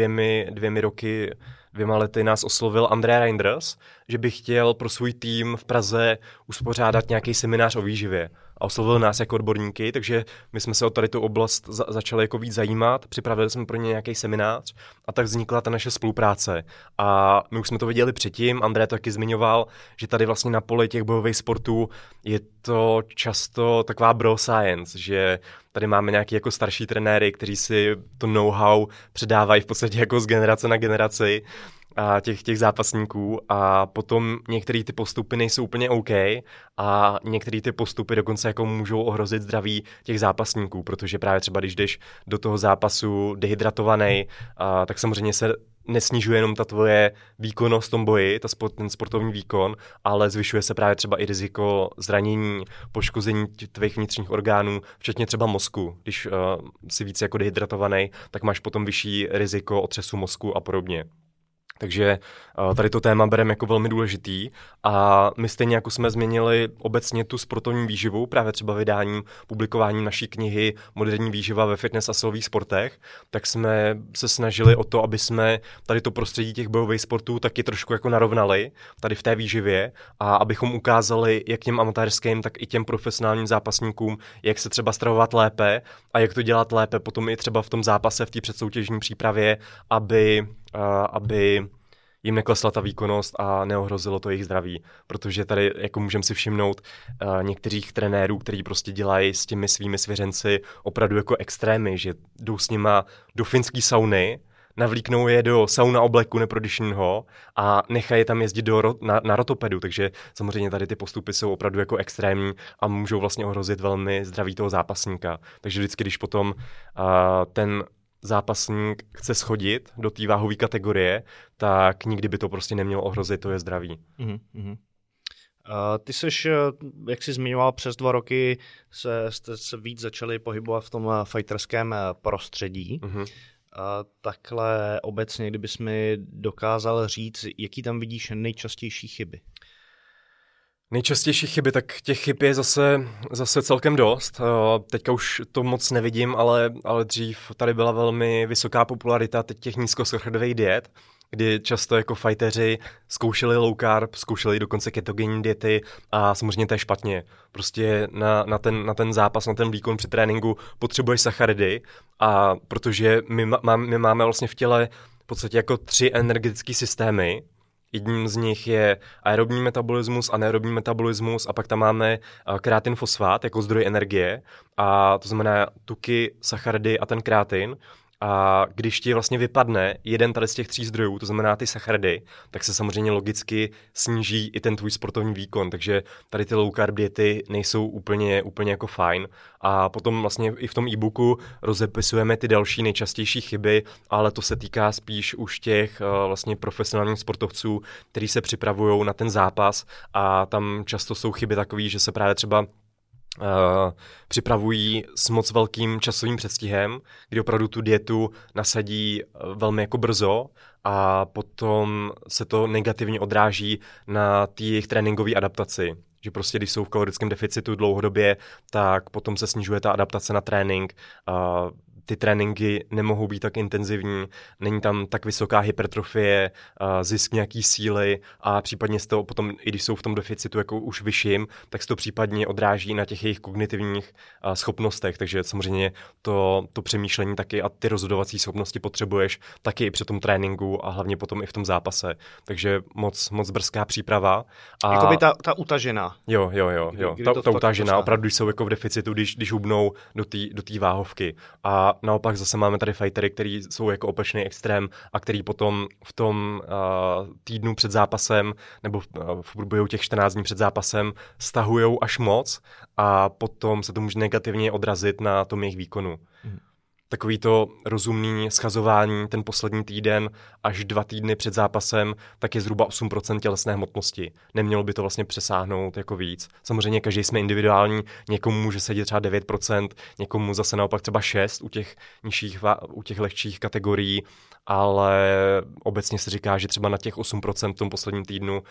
dvěma lety nás oslovil Andrea Reinders, že by chtěl pro svůj tým v Praze uspořádat nějaký seminář o výživě. A oslovil nás jako odborníky, takže my jsme se o tady tu oblast začali jako víc zajímat, připravili jsme pro ně nějaký seminář a tak vznikla ta naše spolupráce. A my už jsme to viděli předtím, André to taky zmiňoval, že tady vlastně na poli těch bojových sportů je to často taková bro science, že tady máme nějaký jako starší trenéry, kteří si to know-how předávají v podstatě jako z generace na generaci a těch zápasníků a potom některé ty postupy nejsou úplně OK a některé ty postupy dokonce jako můžou ohrozit zdraví těch zápasníků, protože právě třeba když jdeš do toho zápasu dehydratovaný, tak samozřejmě se nesnižuje jenom ta tvoje výkonnost v tom boji, ten sportovní výkon, ale zvyšuje se právě třeba i riziko zranění, poškození tvých vnitřních orgánů, včetně třeba mozku. Když jsi víc jako dehydratovaný, tak máš potom vyšší riziko otřesu mozku a podobně. Takže tady to téma bereme jako velmi důležitý a my stejně jako jsme změnili obecně tu sportovní výživu, právě třeba vydáním, publikováním naší knihy Moderní výživa ve fitness a silových sportech, tak jsme se snažili o to, aby jsme tady to prostředí těch bojových sportů taky trošku jako narovnali tady v té výživě a abychom ukázali jak těm amatérským, tak i těm profesionálním zápasníkům, jak se třeba stravovat lépe a jak to dělat lépe potom i třeba v tom zápase, v té předsoutěžní přípravě, aby jim neklesla ta výkonnost a neohrozilo to jejich zdraví. Protože tady jako můžeme si všimnout některých trenérů, kteří prostě dělají s těmi svými svěřenci opravdu jako extrémy, že jdou s nima do finský sauny, navlíknou je do sauna obleku neprodyšného a nechají je tam jezdit na rotopedu, takže samozřejmě tady ty postupy jsou opravdu jako extrémní a můžou vlastně ohrozit velmi zdraví toho zápasníka. Takže vždycky, když potom ten zápasník chce schodit do té váhové kategorie, tak nikdy by to prostě nemělo ohrozit to je zdraví. Mm-hmm. Ty seš, jak jsi zmiňoval, přes 2 roky jste se víc začali pohybovat v tom fighterském prostředí. Mm-hmm. Takhle obecně, kdybys mi dokázal říct, jaký tam vidíš nejčastější chyby? Nejčastější chyby, tak těch chyb je zase celkem dost. Teďka už to moc nevidím, ale dřív tady byla velmi vysoká popularita těch nízkosacharidových diet, kdy často jako fighteři zkoušeli low carb, zkoušeli dokonce ketogenní diety a samozřejmě to je špatně. Prostě na ten zápas, na ten výkon při tréninku potřebuješ sacharidy a protože my máme vlastně v těle v podstatě jako 3 energetické systémy. Jedním z nich je aerobní metabolismus, anaerobní metabolismus a pak tam máme kreatin fosfát jako zdroj energie a to znamená tuky, sacharidy a ten kreatin. A když ti vlastně vypadne jeden tady z těch 3 zdrojů, to znamená ty sacharidy, tak se samozřejmě logicky sníží i ten tvůj sportovní výkon, takže tady ty low carb diety nejsou úplně jako fajn. A potom vlastně i v tom e-booku rozepisujeme ty další nejčastější chyby, ale to se týká spíš už těch vlastně profesionálních sportovců, kteří se připravují na ten zápas a tam často jsou chyby takové, že se právě třeba připravují s moc velkým časovým předstihem, kdy opravdu tu dietu nasadí velmi jako brzo a potom se to negativně odráží na té jejich tréninkové adaptaci. Že prostě, když jsou v kalorickém deficitu dlouhodobě, tak potom se snižuje ta adaptace na trénink. ty tréninky nemohou být tak intenzivní, není tam tak vysoká hypertrofie, zisk nějaký síly a případně z toho potom, i když jsou v tom deficitu jako už vyšším, tak se to případně odráží na těch jejich kognitivních schopnostech, takže samozřejmě to přemýšlení taky a ty rozhodovací schopnosti potřebuješ taky i při tom tréninku a hlavně potom i v tom zápase, takže moc brzká příprava. A jakoby ta utažená. Jo. Ta utažená, opravdu jsou jako v deficitu, když hubnou do té váhovky. A naopak zase máme tady fightery, který jsou jako opačný extrém a který potom v tom týdnu před zápasem nebo v průběhu těch 14 dní před zápasem stahujou až moc a potom se to může negativně odrazit na tom jejich výkonu. Takový to rozumný schazování ten poslední týden až 2 týdny před zápasem, tak je zhruba 8% tělesné hmotnosti. Nemělo by to vlastně přesáhnout jako víc. Samozřejmě každý jsme individuální, někomu může sedět třeba 9%, někomu zase naopak třeba 6% u těch lehčích kategorií, ale obecně se říká, že třeba na těch 8% v tom posledním týdnu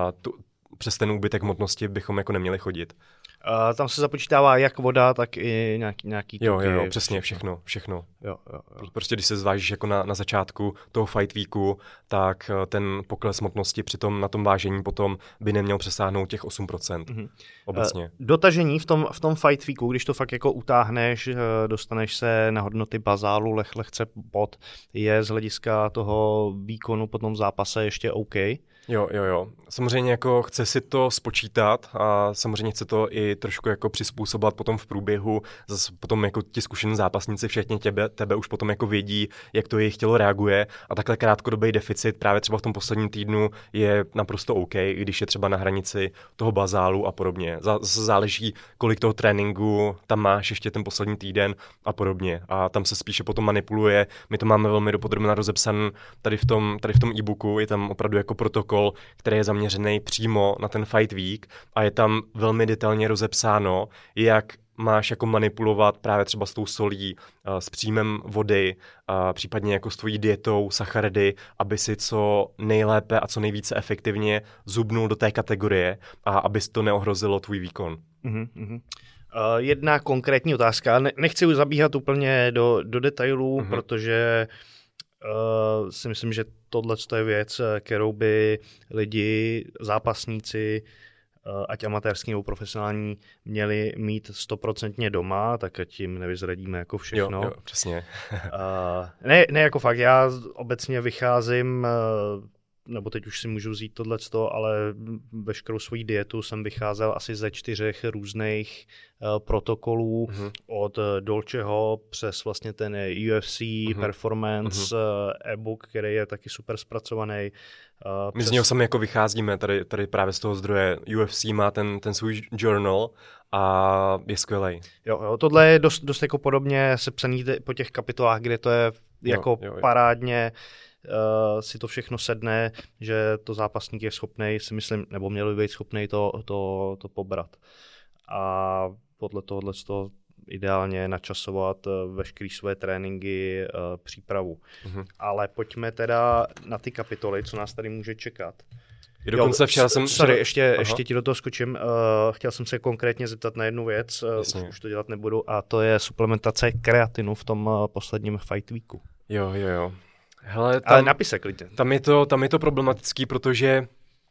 přes ten úbytek hmotnosti bychom jako neměli chodit. Tam se započítává jak voda, tak i nějaký tuky. Jo, přesně, všechno. Jo. Prostě když se zvážíš jako na začátku toho fight weeku, tak ten pokles hmotnosti na tom vážení potom by neměl přesáhnout těch 8% obecně. Dotažení v tom fight weeku, když to fakt jako utáhneš, dostaneš se na hodnoty bazálu lehce pod, je z hlediska toho výkonu po tom zápase ještě OK? Jo. Samozřejmě jako chce si to spočítat a samozřejmě chce to i trošku jako přizpůsobovat potom v průběhu. Zase potom jako ti zkušení zápasníci včetně tebe už potom jako vědí, jak to jejich tělo reaguje a takhle krátkodobý deficit právě třeba v tom posledním týdnu je naprosto OK, i když je třeba na hranici toho bazálu a podobně. Zase záleží, kolik toho tréninku tam máš ještě ten poslední týden a podobně. A tam se spíše potom manipuluje. My to máme velmi dopodrobně rozepsané tady v tom e-booku, je tam opravdu jako protokol, který je zaměřený přímo na ten fight week a je tam velmi detailně rozepsáno, jak máš jako manipulovat právě třeba s tou solí, s příjmem vody, případně jako s tvojí dietou, sacharidy, aby si co nejlépe a co nejvíce efektivně zubnul do té kategorie a aby to neohrozilo tvůj výkon. Jedna konkrétní otázka, nechci už zabíhat úplně do detailů, protože si myslím, že tohle je věc, kterou by lidi, zápasníci, ať amatérský nebo profesionální, měli mít 100% doma, tak ať jim nevyzradíme jako všechno. Jo, přesně. Ne jako fakt, já obecně vycházím, nebo teď už si můžu vzít tohleto, ale veškerou svoji dietu jsem vycházel asi ze 4 různých protokolů, od Dolceho přes vlastně ten UFC, Performance, e-book, který je taky super zpracovaný. My z něho sami jako vycházíme, tady právě z toho zdroje. UFC má ten svůj journal a je skvělej. Jo, tohle je dost jako podobně sepsaný po těch kapitolách, kde to je jako parádně si to všechno sedne, že to zápasník je schopnej, si myslím, nebo měl by být schopnej to pobrat. A podle tohohle ideálně načasovat veškeré své tréninky, přípravu. Ale pojďme teda na ty kapitoly, co nás tady může čekat. Dokonce včera jsem... Ještě ti do toho skočím. Chtěl jsem se konkrétně zeptat na jednu věc, už to dělat nebudu, a to je suplementace kreatinu v tom posledním fight weeku. Jo. Hele, ale napis se klidně. Tam je to problematický, protože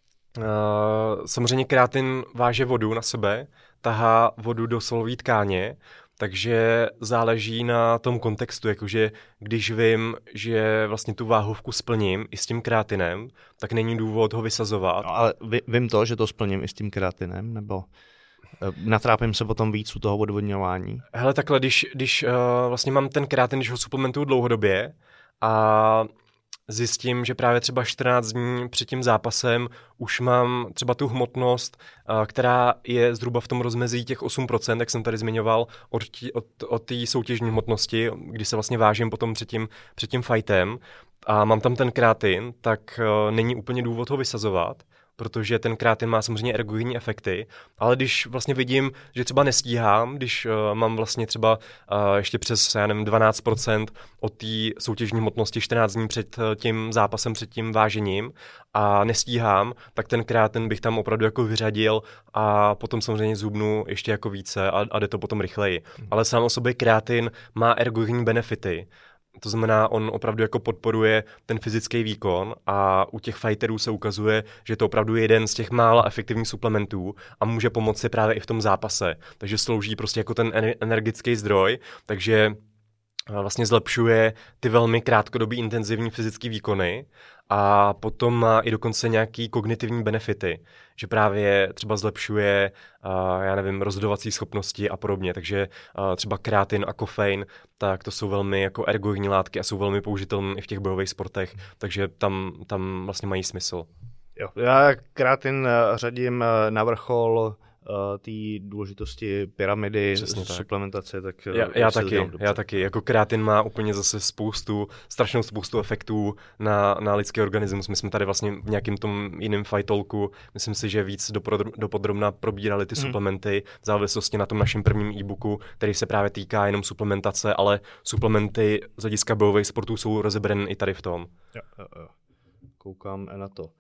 samozřejmě kreatin váže vodu na sebe, tahá vodu do svalové tkáně, takže záleží na tom kontextu, jakože když vím, že vlastně tu váhovku splním i s tím kreatinem, tak není důvod ho vysazovat. No, ale vím to, že to splním i s tím kreatinem, nebo natrápím se potom víc u toho odvodňování? Hele, takhle, když vlastně mám ten kreatin, když ho suplementuju dlouhodobě a zjistím, že právě třeba 14 dní před tím zápasem už mám třeba tu hmotnost, která je zhruba v tom rozmezí těch 8%, jak jsem tady zmiňoval, od té soutěžní hmotnosti, kdy se vlastně vážím potom před tím fightem a mám tam ten kreatin, tak není úplně důvod ho vysazovat. protože ten kreatin má samozřejmě ergogenní efekty, ale když vlastně vidím, že třeba nestíhám, když mám vlastně třeba ještě přes, já nevím, 12% od té soutěžní hmotnosti 14 dní před tím zápasem, před tím vážením a nestíhám, tak ten kreatin bych tam opravdu jako vyřadil a potom samozřejmě zhubnu ještě jako více a jde to potom rychleji. Ale sám o sobě kreatin má ergogenní benefity. To znamená, on opravdu jako podporuje ten fyzický výkon a u těch fighterů se ukazuje, že je to opravdu jeden z těch mála efektivních suplementů a může pomoci právě i v tom zápase. Takže slouží prostě jako ten energický zdroj, takže vlastně zlepšuje ty velmi krátkodobý intenzivní fyzické výkony a potom má i dokonce nějaký kognitivní benefity, že právě třeba zlepšuje, já nevím, rozhodovací schopnosti a podobně, takže třeba kreatin a kofein, tak to jsou velmi jako ergogenní látky a jsou velmi použitelné i v těch bojových sportech, takže tam vlastně mají smysl. Jo, já kreatin řadím na vrchol té důležitosti pyramidy, suplementace, tak já taky. Jako kreatin má úplně zase strašnou spoustu efektů na lidský organismus. My jsme tady vlastně v nějakým tom jiném fight talku, myslím si, že víc dopodrobna probírali ty suplementy v závislosti na tom našem prvním e-booku, který se právě týká jenom suplementace, ale suplementy z hlediska bojových sportů jsou rozebrané i tady v tom. Jo. Koukám na to.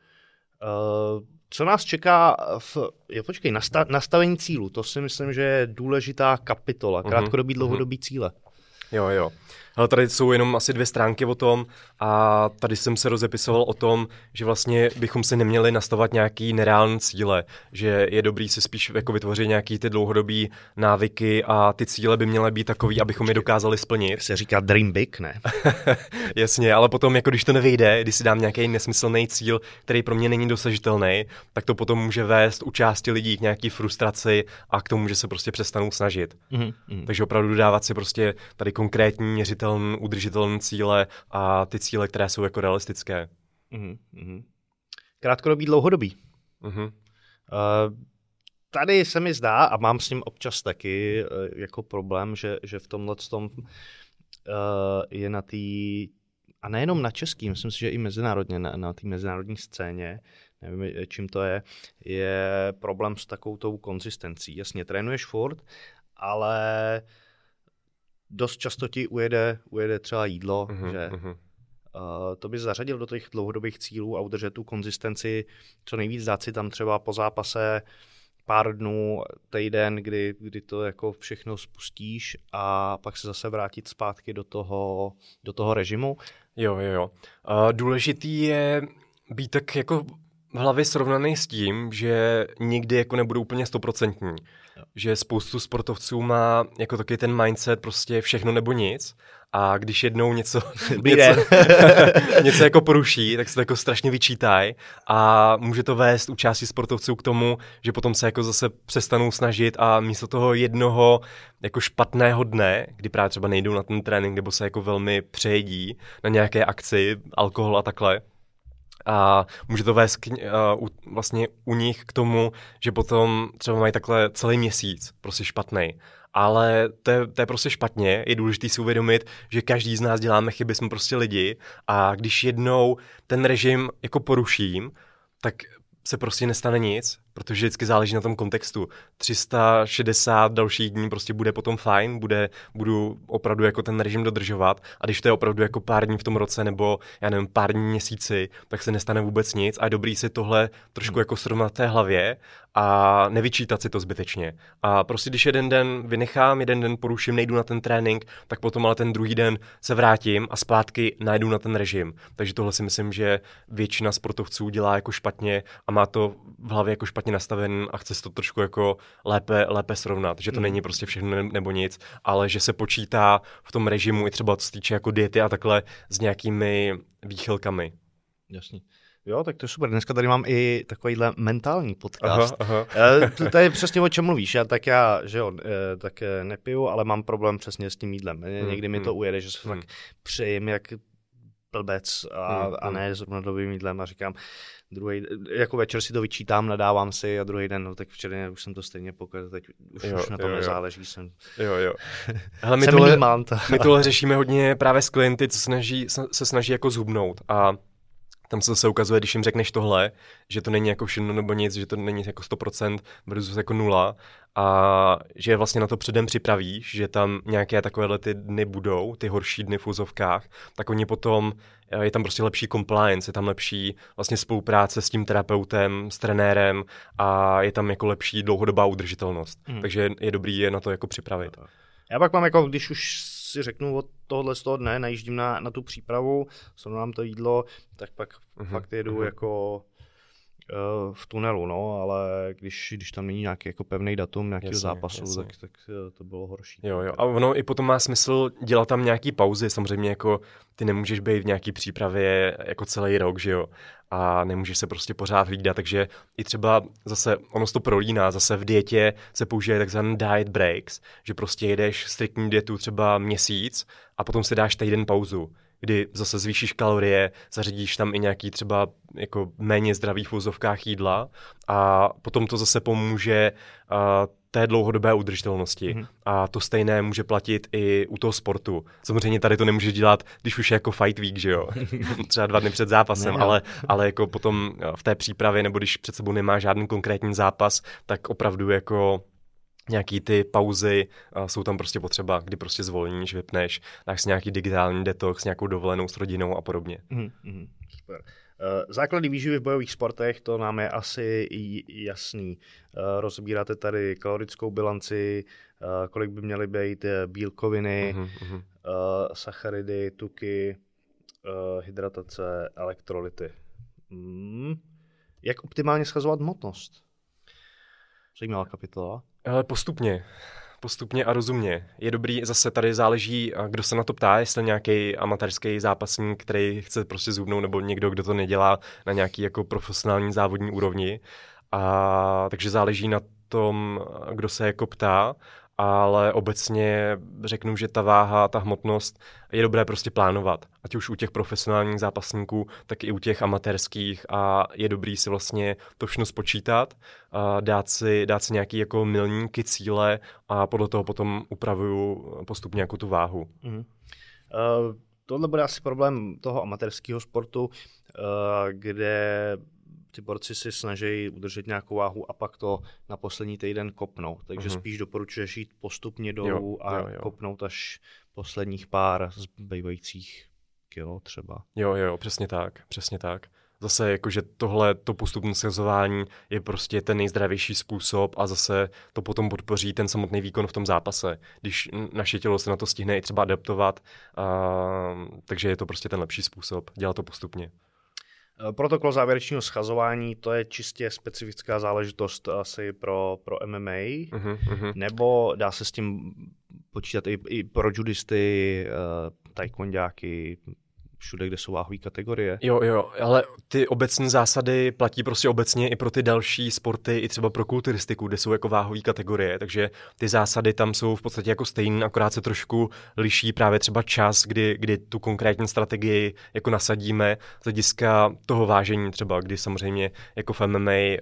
Co nás čeká nastavení cílu, to si myslím, že je důležitá kapitola, krátkodobý, dlouhodobý cíle. Jo. Ale tady jsou jenom asi 2 stránky o tom a tady jsem se rozepisoval o tom, že vlastně bychom si neměli nastavovat nějaký nereální cíle, že je dobrý si spíš jako vytvořit nějaký ty dlouhodobý návyky a ty cíle by měly být takový, abychom je dokázali splnit. Se říká dream big, ne? Jasně, ale potom jako když to nevyjde, když si dám nějaký nesmyslný cíl, který pro mě není dosažitelný, tak to potom může vést u části lidí k nějaký frustraci a k tomu, že se prostě přestanou snažit. Takže opravdu dávat si prostě tady konkrétní měřitelné, udržitelné cíle a ty cíle, které jsou jako realistické. Krátkodobý, dlouhodobý. Tady se mi zdá, a mám s ním občas taky jako problém, že v tomhletom je na té, a nejenom na český, myslím si, že i mezinárodně, na té mezinárodní scéně, nevím, čím to je problém s takovou tou konzistencí. Jasně, trénuješ furt, ale dost často ti ujede třeba jídlo, že to bys zařadil do těch dlouhodobých cílů a udržet tu konzistenci, co nejvíc dát si tam třeba po zápase pár dnů, týden, kdy to jako všechno spustíš a pak se zase vrátit zpátky do toho režimu. Jo. Důležitý je být tak jako v hlavě srovnaný s tím, že nikdy jako nebudou úplně 100%. Že spoustu sportovců má jako taky ten mindset prostě všechno nebo nic a když jednou něco jako poruší, tak se to jako strašně vyčítají a může to vést u části sportovců k tomu, že potom se jako zase přestanou snažit a místo toho jednoho jako špatného dne, kdy právě třeba nejdou na ten trénink nebo se jako velmi přejedí na nějaké akci, alkohol a takhle, a může to vést vlastně u nich k tomu, že potom třeba mají takhle celý měsíc prostě špatnej. Ale to je prostě špatně, je důležité si uvědomit, že každý z nás děláme chyby, jsme prostě lidi a když jednou ten režim jako poruším, tak se prostě nestane nic, protože vždycky záleží na tom kontextu. 360 dalších dní prostě bude potom fajn, budu opravdu jako ten režim dodržovat a když to je opravdu jako pár dní v tom roce nebo já nevím, pár dní měsíci, tak se nestane vůbec nic a je dobrý si tohle trošku jako srovnat v té hlavě a nevyčítat si to zbytečně. A prostě když jeden den vynechám, jeden den poruším, nejdu na ten trénink, tak potom ale ten druhý den se vrátím a zpátky najdu na ten režim. Takže tohle si myslím, že většina sportovců dělá jako špatně a má to v hlavě jako špatně nastaven a chce si to trošku jako lépe srovnat, že to není prostě všechno nebo nic, ale že se počítá v tom režimu i třeba co se týče jako diety a takhle s nějakými výchylkami. Jasně. Jo, tak to je super. Dneska tady mám i takovýhle mentální podcast. Aha. To je přesně o čem mluvíš. Tak nepiju, ale mám problém přesně s tím jídlem. Někdy mi to ujede, že se tak přejím jak blbec a ne zrovna dobrým jídlem a říkám, jako večer si to vyčítám, nadávám si a druhý den, no tak včera už jsem to stejně pokazil, teď už na tom nezáleží. Jo. Hele, my tohle řešíme hodně právě s klienty, co se snaží jako zhubnout a Tam se zase ukazuje, když jim řekneš tohle, že to není jako všechno nebo nic, že to není jako 100% versus jako 0 a že vlastně na to předem připravíš, že tam nějaké takovéhle ty dny budou, ty horší dny v úzovkách, tak oni potom, je tam prostě lepší compliance, je tam lepší vlastně spolupráce s tím terapeutem, s trenérem a je tam jako lepší dlouhodobá udržitelnost. Takže je dobrý je na to jako připravit. Já pak mám jako, když už si řeknu od tohohle z toho dne, najíždím na tu přípravu, srovnám to jídlo, tak pak fakt jedu jako v tunelu, no, ale když tam není nějaký jako pevný datum nějakého zápasu, tak to bylo horší. Jo. A ono i potom má smysl dělat tam nějaký pauzy, samozřejmě jako ty nemůžeš být v nějaký přípravě jako celý rok, že jo, a nemůžeš se prostě pořád hlídat, takže i třeba zase, ono se to prolíná, zase v dietě se použije takzvaný diet breaks, že prostě jedeš striktní dietu třeba měsíc a potom si dáš týden pauzu, kdy zase zvýšíš kalorie, zařadíš tam i nějaký třeba jako méně zdravý v uvozovkách jídla a potom to zase pomůže té dlouhodobé udržitelnosti. A to stejné může platit i u toho sportu. Samozřejmě tady to nemůžeš dělat, když už je jako fight week, že jo? Třeba 2 dny před zápasem, ale jako potom v té přípravě nebo když před sebou nemá žádný konkrétní zápas, tak opravdu jako nějaký ty pauzy jsou tam prostě potřeba, kdy prostě zvolníš, vypneš, dáš si nějaký digitální detox, nějakou dovolenou s rodinou a podobně. Super. Základy výživy v bojových sportech, to nám je asi jasný. Rozbíráte tady kalorickou bilanci, kolik by měly být bílkoviny, sacharidy, tuky, hydratace, elektrolyty. Jak optimálně schazovat hmotnost? Zajímavá kapitola. Ale postupně a rozumně. Je dobrý, zase tady záleží, kdo se na to ptá, jestli nějaký amatérský zápasník, který chce prostě zhubnout, nebo někdo, kdo to nedělá na nějaký jako profesionální závodní úrovni. Takže záleží na tom, kdo se jako ptá, ale obecně řeknu, že ta váha, ta hmotnost je dobré prostě plánovat. Ať už u těch profesionálních zápasníků, tak i u těch amatérských a je dobrý si vlastně to všechno spočítat, dát si nějaký jako milníky, cíle a podle toho potom upravuju postupně jako tu váhu. Tohle bude asi problém toho amatérského sportu, kde ty borci si snaží udržet nějakou váhu a pak to na poslední týden kopnou. Takže spíš doporučuješ jít postupně dolů a kopnout až posledních pár zbývajících kilo třeba. Jo, přesně tak. Zase jakože tohle, to postupné schazování je prostě ten nejzdravější způsob a zase to potom podpoří ten samotný výkon v tom zápase, když naše tělo se na to stihne i třeba adaptovat, takže je to prostě ten lepší způsob, dělat to postupně. Protokol závěrečného schazování, to je čistě specifická záležitost asi pro MMA, nebo dá se s tím počítat i pro judisty, taekwondáky, všude, kde jsou váhové kategorie. Jo, ale ty obecné zásady platí prostě obecně i pro ty další sporty, i třeba pro kulturistiku, kde jsou jako váhové kategorie, takže ty zásady tam jsou v podstatě jako stejné, akorát se trošku liší právě třeba čas, kdy tu konkrétní strategii jako nasadíme z hlediska toho vážení třeba, kdy samozřejmě jako v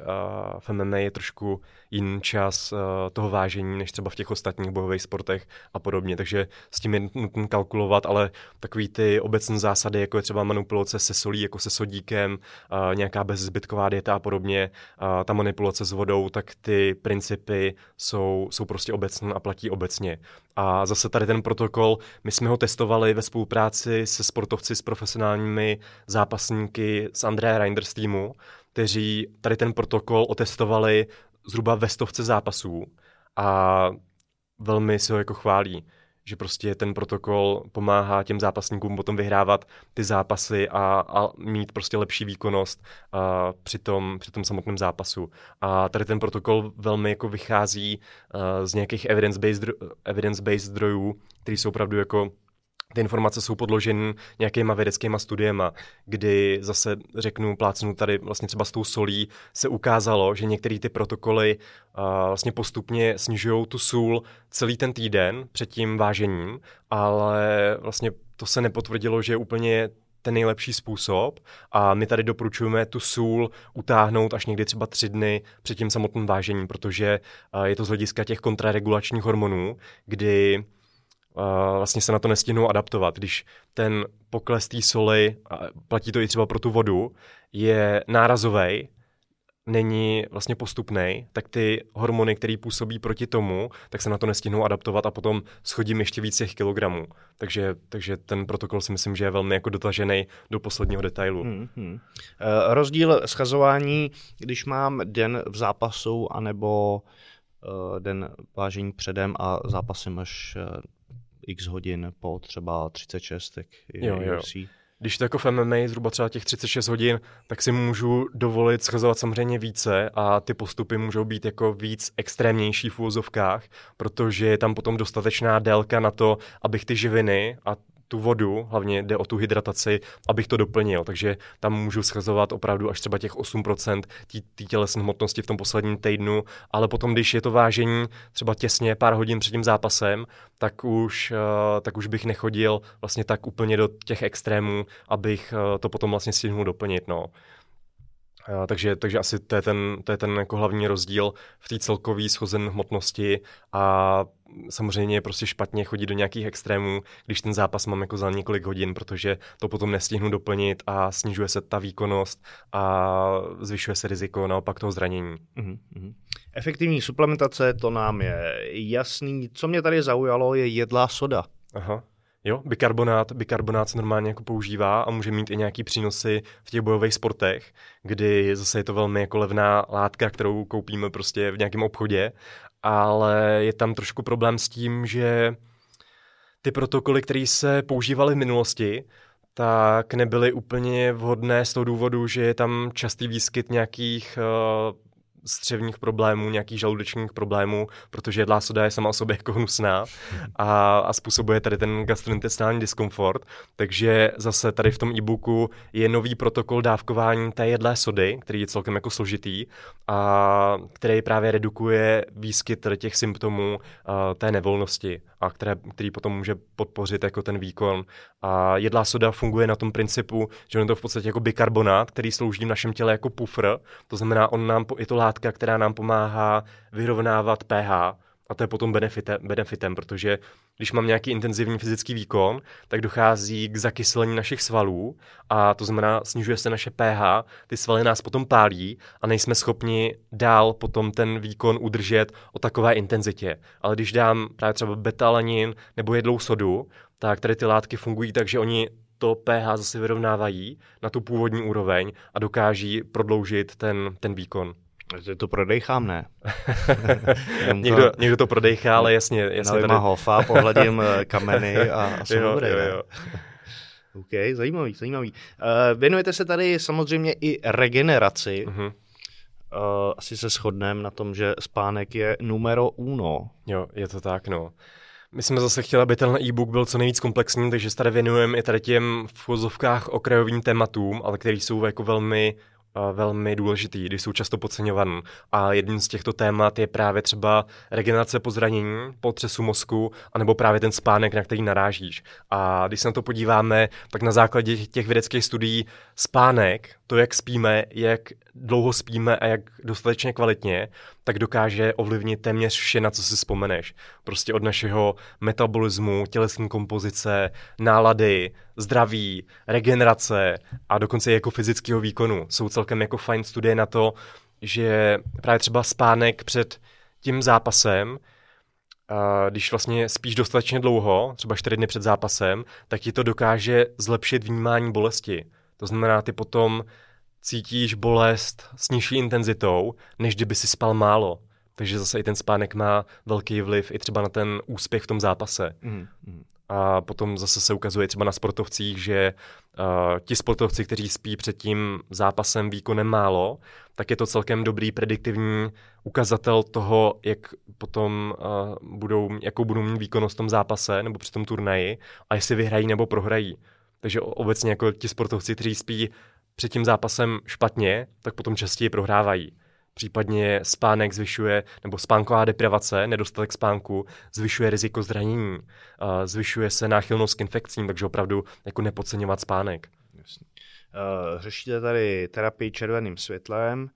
MMA je trošku jiný čas toho vážení, než třeba v těch ostatních bojových sportech a podobně, takže s tím je nutno kalkulovat, ale takový ty obecné zásady, jako je třeba manipulace se solí, jako se sodíkem, nějaká bezzbytková dieta a podobně, ta manipulace s vodou, tak ty principy jsou prostě obecné a platí obecně. A zase tady ten protokol, my jsme ho testovali ve spolupráci se sportovci, s profesionálními zápasníky z Andrea Reinders týmu, kteří tady ten protokol otestovali zhruba ve 100 zápasů a velmi si ho jako chválí, že prostě ten protokol pomáhá těm zápasníkům potom vyhrávat ty zápasy a mít prostě lepší výkonnost při tom samotném zápasu. A tady ten protokol velmi jako vychází z nějakých evidence-based zdrojů, které jsou opravdu jako ty informace jsou podloženy nějakýma vědeckýma studiema, kdy zase plácnu tady vlastně třeba s tou solí, se ukázalo, že některé ty protokoly vlastně postupně snižují tu sůl celý ten týden před tím vážením, ale vlastně to se nepotvrdilo, že je úplně ten nejlepší způsob a my tady doporučujeme tu sůl utáhnout až někdy třeba 3 dny před tím samotným vážením, protože je to z hlediska těch kontraregulačních hormonů, kdy vlastně se na to nestihnou adaptovat. Když ten pokles té soli, a platí to i třeba pro tu vodu, je nárazovej, není vlastně postupnej, tak ty hormony, které působí proti tomu, tak se na to nestihnou adaptovat a potom schodím ještě víc těch kilogramů. Takže ten protokol si myslím, že je velmi jako dotažený do posledního detailu. Rozdíl schazování, když mám den v zápasu, anebo den vážení předem a zápasem až x hodin po třeba 36, tak jo. Když to jako v MMA zhruba třeba těch 36 hodin, tak si můžu dovolit schazovat samozřejmě více a ty postupy můžou být jako víc extrémnější v uvozovkách, protože je tam potom dostatečná délka na to, abych ty živiny a tu vodu, hlavně jde o tu hydrataci, abych to doplnil. Takže tam můžu schazovat opravdu až třeba těch 8% té tělesné hmotnosti v tom posledním týdnu, ale potom, když je to vážení třeba těsně pár hodin před tím zápasem, tak už bych nechodil vlastně tak úplně do těch extrémů, abych to potom vlastně stihnul doplnit. No. Takže asi to je ten jako hlavní rozdíl v té celkové shozené hmotnosti a samozřejmě je prostě špatně chodit do nějakých extrémů, když ten zápas mám jako za několik hodin, protože to potom nestihnu doplnit a snižuje se ta výkonnost a zvyšuje se riziko naopak toho zranění. Efektivní suplementace, to nám je jasný. Co mě tady zaujalo, je jedlá soda. Aha. Jo, bikarbonát se normálně jako používá a může mít i nějaký přínosy v těch bojových sportech, kdy zase je to velmi jako levná látka, kterou koupíme prostě v nějakém obchodě, ale je tam trošku problém s tím, že ty protokoly, které se používaly v minulosti, tak nebyly úplně vhodné z toho důvodu, že je tam častý výskyt nějakých střevních problémů, nějakých žaludečních problémů, protože jedlá soda je sama o sobě jako hnusná a způsobuje tady ten gastrointestinální diskomfort. Takže zase tady v tom e-booku je nový protokol dávkování té jedlé sody, který je celkem jako složitý a který právě redukuje výskyt těch symptomů té nevolnosti a který potom může podpořit jako ten výkon. A jedlá soda funguje na tom principu, že on je to v podstatě jako bikarbonát, který slouží v našem těle jako pufr, to znamená, je to látka, která nám pomáhá vyrovnávat pH a to je potom benefitem, protože když mám nějaký intenzivní fyzický výkon, tak dochází k zakyselení našich svalů a to znamená, snižuje se naše pH, ty svaly nás potom pálí a nejsme schopni dál potom ten výkon udržet o takové intenzitě. Ale když dám právě třeba betalanin nebo jedlou sodu, tak tady ty látky fungují tak, že oni to pH zase vyrovnávají na tu původní úroveň a dokáží prodloužit ten výkon. To prodejchám, ne? někdo to prodejchá, ale jasně tady... hofa, pohledím kameny a jsem dobrý. Jo. OK, zajímavý. Věnujete se tady samozřejmě i regeneraci. Asi se shodneme na tom, že spánek je numero uno. Jo, je to tak, no. My jsme zase chtěli, aby ten e-book byl co nejvíc komplexní, takže se tady věnujeme i tady těm v uvozovkách okrajovým tématům, ale který jsou jako velmi důležitý, když jsou často podceňovaný. A jedním z těchto témat je právě třeba regenerace po zranění, po otřesu mozku, anebo právě ten spánek, na který narážíš. A když se na to podíváme, tak na základě těch vědeckých studií spánek, to, jak spíme, jak dlouho spíme a jak dostatečně kvalitně, tak dokáže ovlivnit téměř vše, na co si vzpomeneš. Prostě od našeho metabolismu, tělesní kompozice, nálady, zdraví, regenerace a dokonce i jako fyzického výkonu. Jsou celkem jako fajn studie na to, že právě třeba spánek před tím zápasem, když vlastně spíš dostatečně dlouho, třeba 4 dny před zápasem, tak ti to dokáže zlepšit vnímání bolesti. To znamená, ty potom cítíš bolest s nižší intenzitou, než kdyby si spal málo. Takže zase i ten spánek má velký vliv i třeba na ten úspěch v tom zápase. A potom zase se ukazuje třeba na sportovcích, že ti sportovci, kteří spí před tím zápasem výkonem málo, tak je to celkem dobrý prediktivní ukazatel toho, jak potom jakou budou mít výkonnost v tom zápase nebo při tom turnaji a jestli vyhrají nebo prohrají. Takže obecně jako ti sportovci, kteří spí před tím zápasem špatně, tak potom častěji prohrávají. Případně spánek zvyšuje, nebo spánková deprivace, nedostatek spánku, zvyšuje riziko zranění, zvyšuje se náchylnost k infekcím, takže opravdu jako nepodceňovat spánek. Jasně. Řešíte tady terapii červeným světlem,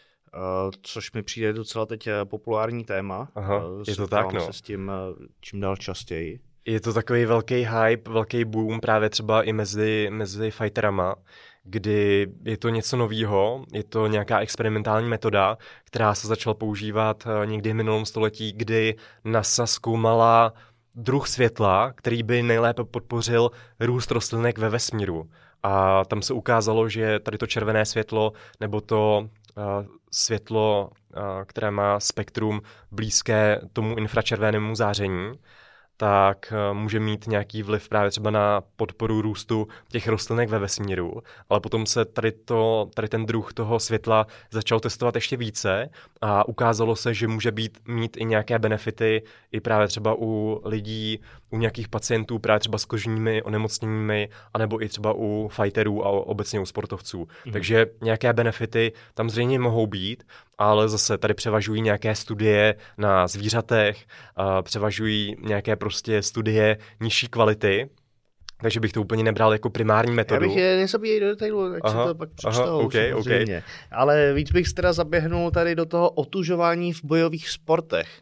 což mi přijde docela teď populární téma. Aha, je to tak, no. se s tím čím dál častěji. Je to takový velký hype, velký boom právě třeba i mezi fighterama, kdy je to něco novýho, je to nějaká experimentální metoda, která se začala používat někdy v minulém století, kdy NASA zkoumala druh světla, který by nejlépe podpořil růst rostlinek ve vesmíru. A tam se ukázalo, že tady to červené světlo nebo to světlo, které má spektrum blízké tomu infračervenému záření, tak může mít nějaký vliv právě třeba na podporu růstu těch rostlinek ve vesmíru, ale potom se tady ten druh toho světla začal testovat ještě více a ukázalo se, že může mít i nějaké benefity i právě třeba u lidí, u nějakých pacientů právě třeba s kožními onemocněními, anebo i třeba u fighterů a obecně u sportovců. Takže nějaké benefity tam zřejmě mohou být, ale zase tady převažují nějaké studie na zvířatech, převažují nějaké prostě studie nižší kvality, takže bych to úplně nebral jako primární metodu. Já bych je nezabíjej do detailu, ať se to pak přečtou. Okay. Ale víc bych teda zaběhnul tady do toho otužování v bojových sportech.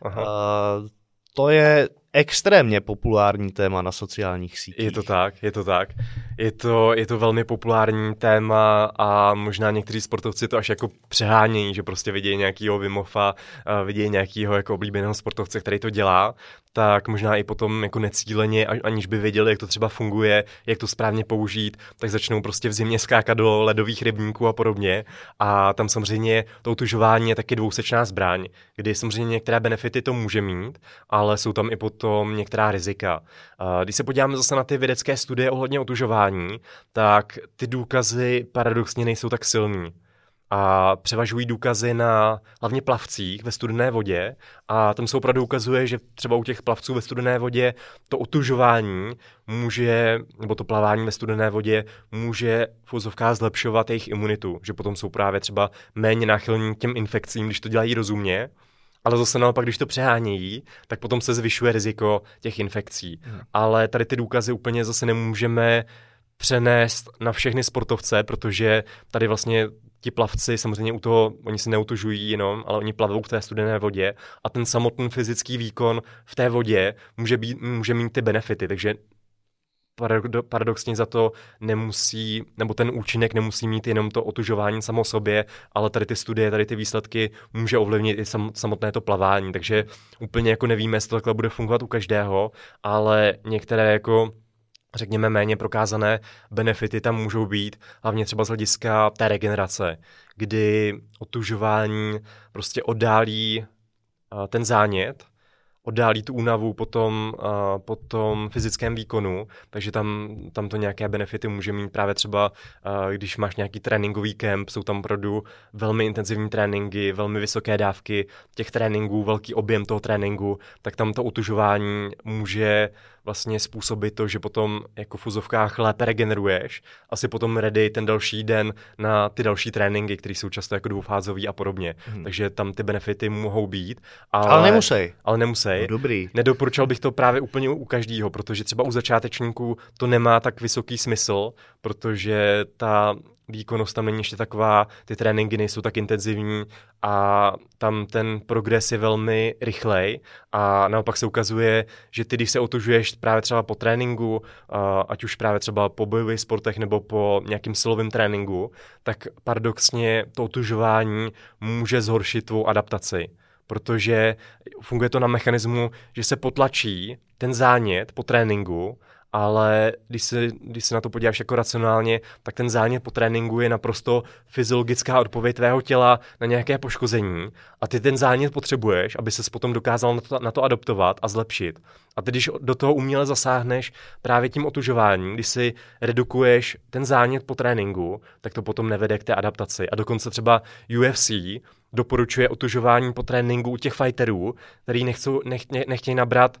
To je extrémně populární téma na sociálních sítích. Je to tak. Je to velmi populární téma a možná někteří sportovci to až jako přehánějí, že prostě vidějí nějakýho Wim Hofa, vidějí nějakýho jako oblíbeného sportovce, který to dělá, tak možná i potom jako necíleně, aniž by věděli, jak to třeba funguje, jak to správně použít, tak začnou prostě v zimě skákat do ledových rybníků a podobně. A tam samozřejmě to otužování je taky dvousečná zbraň, kdy samozřejmě některé benefity to může mít, ale jsou tam i potom některá rizika. Když se podíváme zase na ty vědecké studie ohledně otužování, tak ty důkazy paradoxně nejsou tak silný. A převažují důkazy na hlavně plavcích ve studené vodě a tam se opravdu ukazuje, že třeba u těch plavců ve studené vodě to otužování nebo to plavání ve studené vodě může v uvozovkách zlepšovat jejich imunitu, že potom jsou právě třeba méně náchylní k těm infekcím, když to dělají rozumně, ale zase naopak, když to přehánějí, tak potom se zvyšuje riziko těch infekcí. Ale tady ty důkazy úplně zase nemůžeme přenést na všechny sportovce, protože tady vlastně ti plavci samozřejmě u toho, oni se neutužují jenom, ale oni plavou v té studené vodě a ten samotný fyzický výkon v té vodě může mít ty benefity, takže paradoxně za to nemusí, nebo ten účinek nemusí mít jenom to otužování samo sobě, ale tady ty studie, tady ty výsledky může ovlivnit i samotné to plavání, takže úplně jako nevíme, jestli to takhle bude fungovat u každého, ale některé jako řekněme méně prokázané benefity tam můžou být, hlavně třeba z hlediska té regenerace, kdy otužování prostě oddálí ten zánět, oddálí tu únavu po tom fyzickém výkonu, takže tam to nějaké benefity může mít právě třeba, když máš nějaký tréninkový kemp, jsou tam opravdu velmi intenzivní tréninky, velmi vysoké dávky těch tréninků, velký objem toho tréninku, tak tam to otužování může vlastně způsobit to, že potom jako v uvozovkách lépe regeneruješ a si potom ready ten další den na ty další tréninky, které jsou často jako dvoufázový a podobně. Takže tam ty benefity mohou být. Ale nemusí. No, dobrý. Nedoporučal bych to právě úplně u každého, protože třeba u začátečníků to nemá tak vysoký smysl, protože ta výkonnost tam není ještě taková, ty tréninky nejsou tak intenzivní a tam ten progres je velmi rychlej a naopak se ukazuje, že ty, když se otužuješ právě třeba po tréninku, ať už právě třeba po bojových sportech nebo po nějakým silovém tréninku, tak paradoxně to otužování může zhoršit tvou adaptaci, protože funguje to na mechanismu, že se potlačí ten zánět po tréninku, ale když se na to podíváš jako racionálně, tak ten zánět po tréninku je naprosto fyziologická odpověď tvého těla na nějaké poškození a ty ten zánět potřebuješ, aby ses potom dokázal na to adaptovat a zlepšit. A ty, když do toho uměle zasáhneš právě tím otužováním, když si redukuješ ten zánět po tréninku, tak to potom nevede k té adaptaci. A dokonce třeba UFC doporučuje otužování po tréninku u těch fighterů, který nechtějí nabrat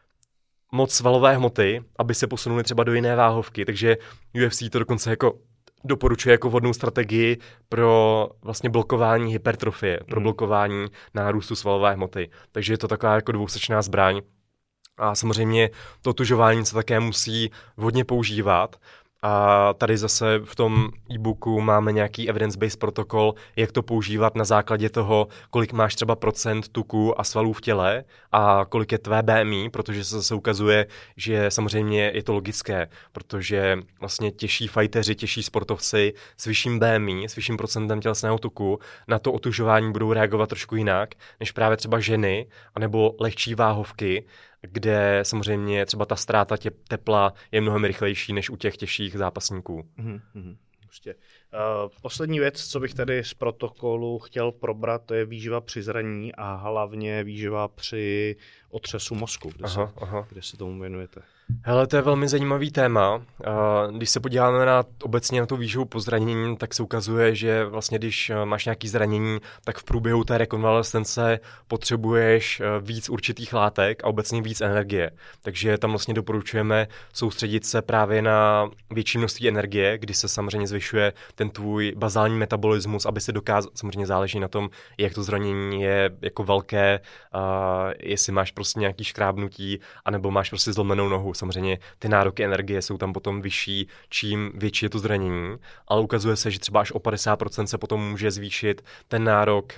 moc svalové hmoty, aby se posunuli třeba do jiné váhovky, takže UFC to dokonce jako doporučuje jako vhodnou strategii pro vlastně blokování hypertrofie, pro blokování nárůstu svalové hmoty. Takže je to taková jako dvousečná zbraň. A samozřejmě to otužování se také musí vhodně používat A tady zase v tom e-booku máme nějaký evidence-based protokol, jak to používat na základě toho, kolik máš třeba procent tuku a svalů v těle a kolik je tvé BMI, protože se zase ukazuje, že samozřejmě je to logické, protože vlastně těžší fighteři, těžší sportovci s vyšším BMI, s vyšším procentem tělesného tuku na to otužování budou reagovat trošku jinak, než právě třeba ženy, anebo lehčí váhovky, kde samozřejmě třeba ta ztráta tepla je mnohem rychlejší než u těch těžších zápasníků. Prostě. Poslední věc, co bych tady z protokolu chtěl probrat, to je výživa při zranění a hlavně výživa při otřesu mozku. Kde se tomu věnujete? Hele, to je velmi zajímavý téma. Když se podíváme obecně na tu výživu po zranění, tak se ukazuje, že vlastně když máš nějaké zranění, tak v průběhu té rekonvalescence potřebuješ víc určitých látek a obecně víc energie. Takže tam vlastně doporučujeme soustředit se právě na větší množství energie, kdy se samozřejmě zvyšuje ten tvůj bazální metabolismus, aby se dokázal, samozřejmě záleží na tom, jak to zranění je jako velké, jestli máš prostě nějaký škrábnutí, anebo máš prostě zlomenou nohu. Samozřejmě ty nároky energie jsou tam potom vyšší, čím větší je to zranění, ale ukazuje se, že třeba až o 50% se potom může zvýšit ten nárok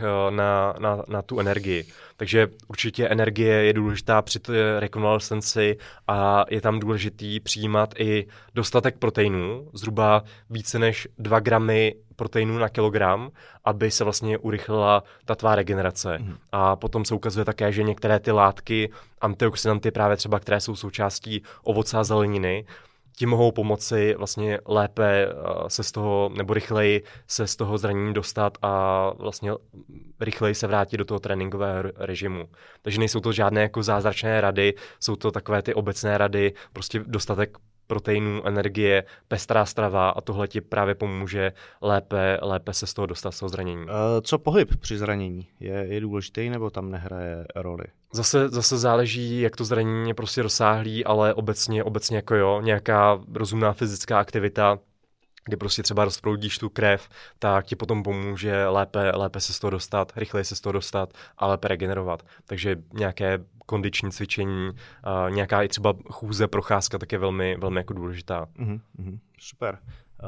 na tu energii. Takže určitě energie je důležitá při té rekonvalescenci a je tam důležitý přijímat i dostatek proteinů, zhruba více než 2 gramy proteinů na kilogram, aby se vlastně urychlila ta tvá regenerace. A potom se ukazuje také, že některé ty látky, antioxidanty právě třeba, které jsou součástí ovoce a zeleniny, ti mohou pomoci vlastně lépe se z toho, nebo rychleji se z toho zranění dostat a vlastně rychleji se vrátit do toho tréninkového režimu. Takže nejsou to žádné jako zázračné rady, jsou to takové ty obecné rady, prostě dostatek proteinů, energie, pestrá strava a tohle ti právě pomůže lépe se z toho dostat, z toho zranění. Co pohyb při zranění? Je důležitý nebo tam nehraje roli? Zase záleží, jak to zranění je prostě rozsáhlý, ale obecně jako jo, nějaká rozumná fyzická aktivita, kdy prostě třeba rozproudíš tu krev, tak ti potom pomůže lépe se z toho dostat, rychleji se z toho dostat a lépe regenerovat. Takže nějaké kondiční cvičení, nějaká i třeba chůze, procházka, tak je velmi, velmi jako důležitá. Super.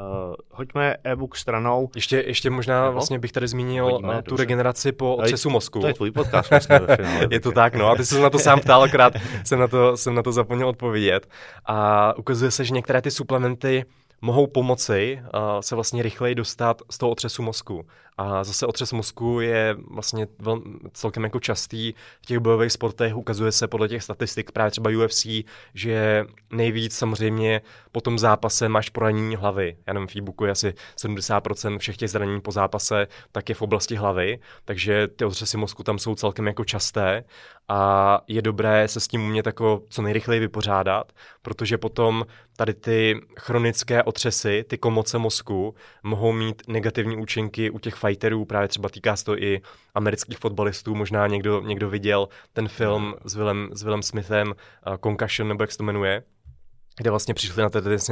Hoďme e-book stranou. Ještě možná vlastně bych tady zmínil tu regeneraci po otřesu mozku. To je tvůj podcast vlastně ve finále. Je to tak, no. A ty jsi se na to sám ptal, akorát jsem na to zapomněl odpovědět. A ukazuje se, že některé ty suplementy mohou pomoci se vlastně rychleji dostat z toho otřesu mozku. A zase otřes mozku je vlastně celkem jako častý v těch bojových sportech. Ukazuje se podle těch statistik, právě třeba UFC, že nejvíc samozřejmě po tom zápase máš poranění hlavy. Já nevím, v e-booku je asi 70% všech těch zranění po zápase, tak je v oblasti hlavy. Takže ty otřesy mozku tam jsou celkem jako časté a je dobré se s tím umět jako co nejrychleji vypořádat, protože potom tady ty chronické otřesy, ty komoce mozku mohou mít negativní účinky u těch fighterů, právě třeba týká se to i amerických fotbalistů, možná někdo viděl ten film s Willem Smithem, Concussion, nebo jak se to jmenuje, kde vlastně přišli na ten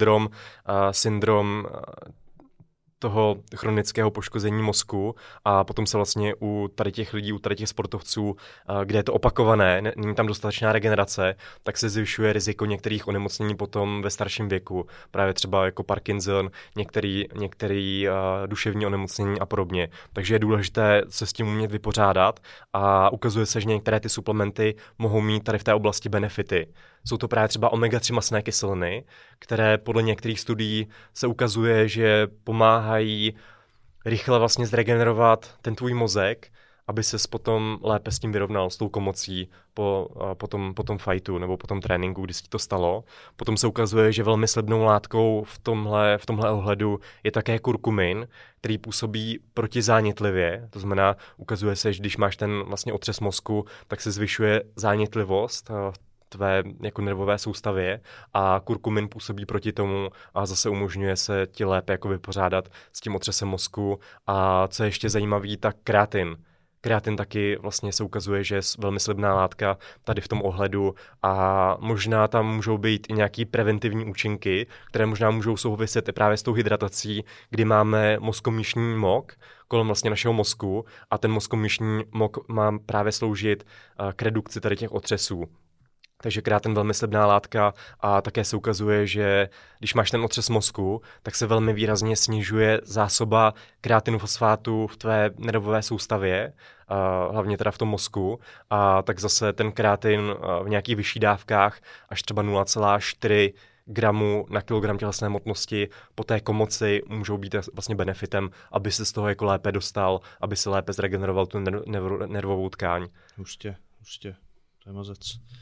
syndrom toho chronického poškození mozku a potom se vlastně u tady těch lidí, u tady těch sportovců, kde je to opakované, není tam dostatečná regenerace, tak se zvyšuje riziko některých onemocnění potom ve starším věku, právě třeba jako Parkinson, některý duševní onemocnění a podobně. Takže je důležité se s tím umět vypořádat a ukazuje se, že některé ty suplementy mohou mít tady v té oblasti benefity. Jsou to právě třeba omega-3 mastné kyseliny, které podle některých studií se ukazuje, že pomáhají rychle vlastně zregenerovat ten tvůj mozek, aby ses potom lépe s tím vyrovnal, s tou komocí po tom fightu nebo po tom tréninku, kdy se ti to stalo. Potom se ukazuje, že velmi slibnou látkou v tomhle ohledu je také kurkumin, který působí protizánětlivě. To znamená, ukazuje se, že když máš ten vlastně otřes mozku, tak se zvyšuje zánětlivost tvé jako nervové soustavě a kurkumin působí proti tomu a zase umožňuje se ti lépe jako vypořádat s tím otřesem mozku. A co je ještě zajímavý, tak kreatin. Kreatin taky vlastně se ukazuje, že je velmi slibná látka tady v tom ohledu a možná tam můžou být i nějaký preventivní účinky, které možná můžou souviset i právě s tou hydratací, kdy máme mozkomyšní mok kolem vlastně našeho mozku a ten mozkomyšní mok má právě sloužit k redukci tady těch otřesů. Takže kreatin velmi slibná látka a také se ukazuje, že když máš ten otřes mozku, tak se velmi výrazně snižuje zásoba kreatinu fosfátu v tvé nervové soustavě, hlavně teda v tom mozku, a tak zase ten kreatin v nějakých vyšších dávkách až třeba 0,4 gramů na kilogram tělesné hmotnosti po té komoci můžou být vlastně benefitem, aby se z toho jako lépe dostal, aby se lépe zregeneroval tu nervovou tkáň. Hustě, to je mazec.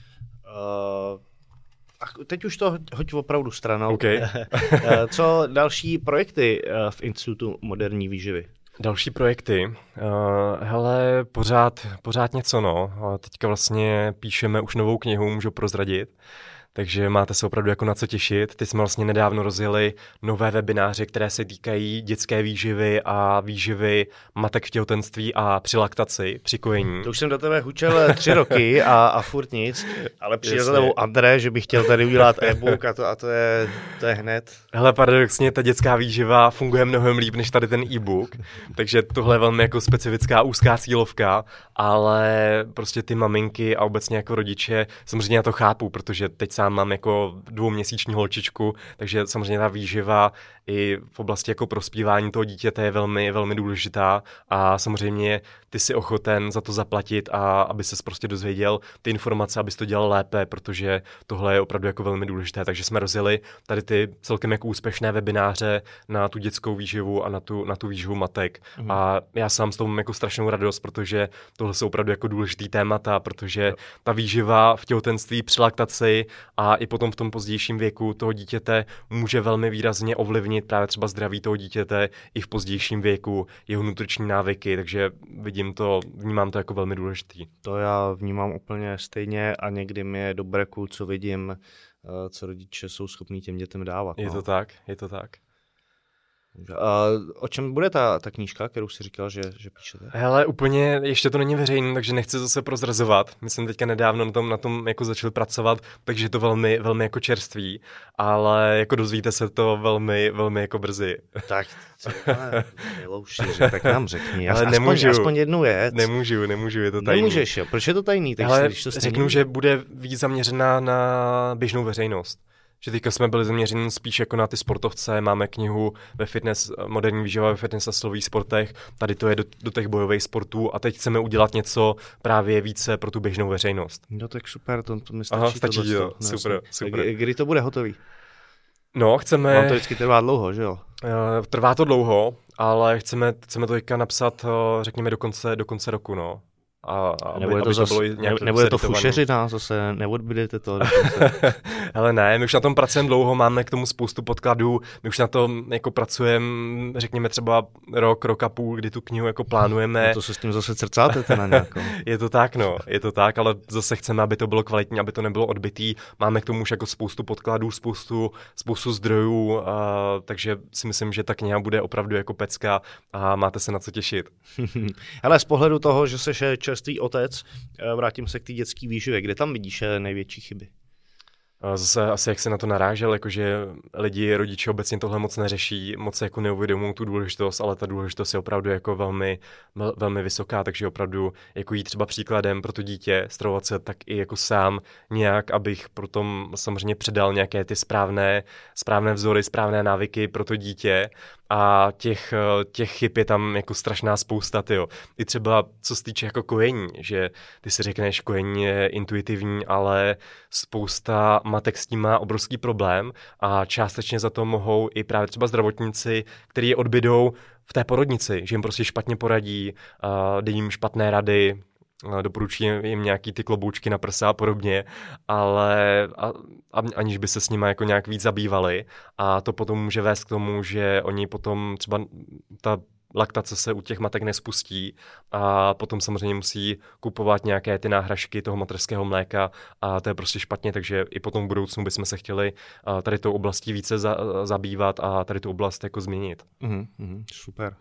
A teď už to hoď opravdu stranou. Okay. Co další projekty v Institutu moderní výživy? Další projekty? Hele, pořád něco, no. Teďka vlastně píšeme už novou knihu, můžu prozradit. Takže máte se opravdu jako na co těšit. Teď jsme vlastně nedávno rozjeli nové webináře, které se týkají dětské výživy a výživy matek v těhotenství a při laktaci, při kojení. To už jsem do tebe hučel 3 roky a furt nic, ale přijel za tebou André, že bych chtěl tady udělat e-book a to je hned. Hele, paradoxně ta dětská výživa funguje mnohem líp než tady ten e-book, takže tohle je velmi jako specifická úzká cílovka, ale prostě ty maminky a obecně jako rodiče, samozřejmě já to chápu, protože teď sám mám jako 2měsíční holčičku, takže samozřejmě ta výživa i v oblasti jako prospívání toho dítěte je velmi, velmi důležitá a samozřejmě ty si ochoten za to zaplatit a aby ses prostě dozvěděl ty informace, abys to dělal lépe, protože tohle je opravdu jako velmi důležité. Takže jsme rozjeli tady ty celkem jako úspěšné webináře na tu dětskou výživu a na tu výživu matek. A já sám s toho mám jako strašnou radost, protože tohle jsou opravdu jako důležitý témata, protože ta výživa v těhotenství, při laktaci a i potom v tom pozdějším věku toho dítěte může velmi výrazně ovlivnit právě třeba zdraví toho dítěte i v pozdějším věku, jeho nutriční návyky, takže vnímám to jako velmi důležitý. To já vnímám úplně stejně a někdy mi je do breku, co vidím, co rodiče jsou schopní těm dětem dávat. Je to tak. O čem bude ta knížka, kterou jsi říkal, že píšete? Hele, úplně ještě to není veřejný, takže nechci zase prozrazovat. My jsme teďka nedávno na tom jako začali pracovat, takže je to velmi, velmi jako čerství, ale jako dozvíte se to velmi, velmi jako brzy. Tak, tak nám řekni. Ale nemůžu. Aspoň jednu věc. Nemůžu, je to tajný. Nemůžeš, jo. Proč je to tajný? Ale řeknu, že bude víc zaměřená na běžnou veřejnost. Že teďka jsme byli zaměřeni spíš jako na ty sportovce, máme knihu ve fitness, moderní výživa ve fitness a silových sportech, tady to je do těch bojových sportů a teď chceme udělat něco právě více pro tu běžnou veřejnost. No tak super, to mi stačí. Aha, stačí, jo, super. Kdy to bude hotový? No, chceme... Vám to vždycky trvá dlouho, že jo? Trvá to dlouho, ale chceme to teďka napsat, řekněme, do konce roku, no. Nebude to fušeřina, zase neodbydete to. Hele ne, my už na tom pracujeme dlouho, máme k tomu spoustu podkladů, my už na tom jako pracujeme, řekněme třeba rok a půl, kdy tu knihu jako plánujeme. No to se s tím zase crcáte na nějakou. Je to tak, ale zase chceme, aby to bylo kvalitní, aby to nebylo odbytý, máme k tomu už jako spoustu podkladů, spoustu zdrojů, takže si myslím, že ta kniha bude opravdu jako pecka a máte se na co těšit. Hele, z pohledu toho, že seš čerstvý otec, vrátím se k té dětské výživě. Kde tam vidíš největší chyby? Zase asi jak se na to narážel, jakože rodiče obecně tohle moc neřeší, moc se jako neuvědomují tu důležitost, ale ta důležitost je opravdu jako velmi, velmi vysoká, takže opravdu jako jít třeba příkladem pro to dítě, stravovat se tak i jako sám nějak, abych potom samozřejmě předal nějaké ty správné vzory, správné návyky pro to dítě. A těch chyb je tam jako strašná spousta, tyjo. I třeba co se týče jako kojení, že ty si řekneš, kojení je intuitivní, ale spousta matek s tím má obrovský problém a částečně za to mohou i právě třeba zdravotníci, kteří je odbydou v té porodnici, že jim prostě špatně poradí, dej jim špatné rady, doporučí jim nějaký ty kloboučky na prsa a podobně, ale aniž by se s nima jako nějak víc zabývali a to potom může vést k tomu, že oni potom třeba ta laktace se u těch matek nespustí a potom samozřejmě musí kupovat nějaké ty náhražky toho mateřského mléka a to je prostě špatně, takže i potom v budoucnu bychom se chtěli tady tou oblastí více zabývat a tady tu oblast jako změnit. Super.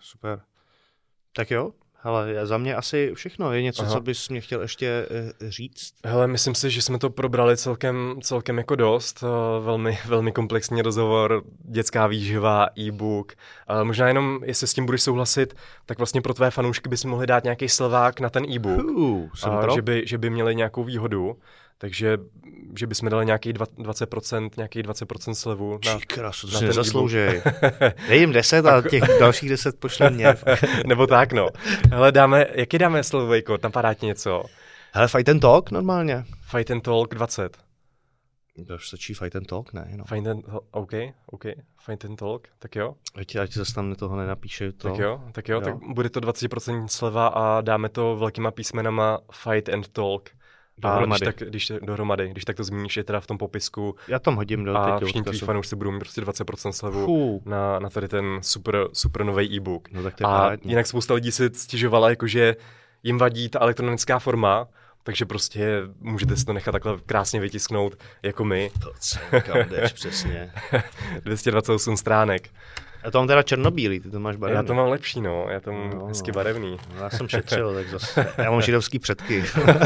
Tak jo. Hele, za mě asi všechno. Je něco, co bys mě chtěl ještě říct? Hele, myslím si, že jsme to probrali celkem jako dost. Velmi, velmi komplexní rozhovor, dětská výživa, e-book. Možná jenom, jestli s tím budeš souhlasit, tak vlastně pro tvé fanoušky bys mohli dát nějaký slevák na ten e-book, že by měli nějakou výhodu. takže že bychom dali nějaký 20% slevu. Krasu, to si nezasloužej. Dej jim 10 a těch dalších 10 pošle mě. Nebo tak, no. Hele, jaký dáme slevový kód? Napadá ti něco? Hele, Fight and Talk normálně. Fight and Talk 20. To už stačí Fight and Talk, ne? No. OK. Fight and Talk, tak jo. Ať zase tam toho nenapíše to. Tak jo, tak bude to 20% sleva a dáme to velkýma písmenama Fight and Talk. Dohromady. Když tak to zmíníš je teda v tom popisku. Já tam hodím do a všichni tví fanoušci budou mít prostě 20% slevu na tady ten super nový e-book. No, tak to je a parádní. jinak spousta lidí si stěžovala, jakože jim vadí ta elektronická forma, takže prostě můžete si to nechat takhle krásně vytisknout jako my. To kam jdeš přesně. 228 stránek. Já to mám teda černobílý, ty to máš barevný. Já to mám lepší, no. Já to mám hezky barevný. No, já jsem šetřil, tak zase. Já mám židovský předky.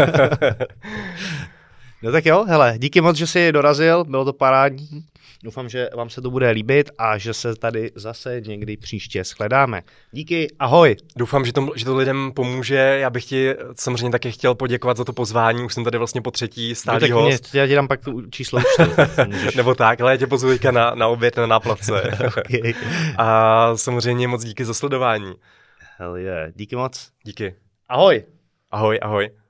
No tak jo, hele, díky moc, že jsi dorazil, bylo to parádní. Doufám, že vám se to bude líbit a že se tady zase někdy příště shledáme. Díky, ahoj. Doufám, že to lidem pomůže. Já bych ti samozřejmě taky chtěl poděkovat za to pozvání. Už jsem tady vlastně po třetí stálý host. Já ti dám pak tu číslo účtu. Nebo tak, ale já tě pozvu na oběd na náplavce. Okay. A samozřejmě moc díky za sledování. Hell yeah. Díky moc. Díky. Ahoj. Ahoj.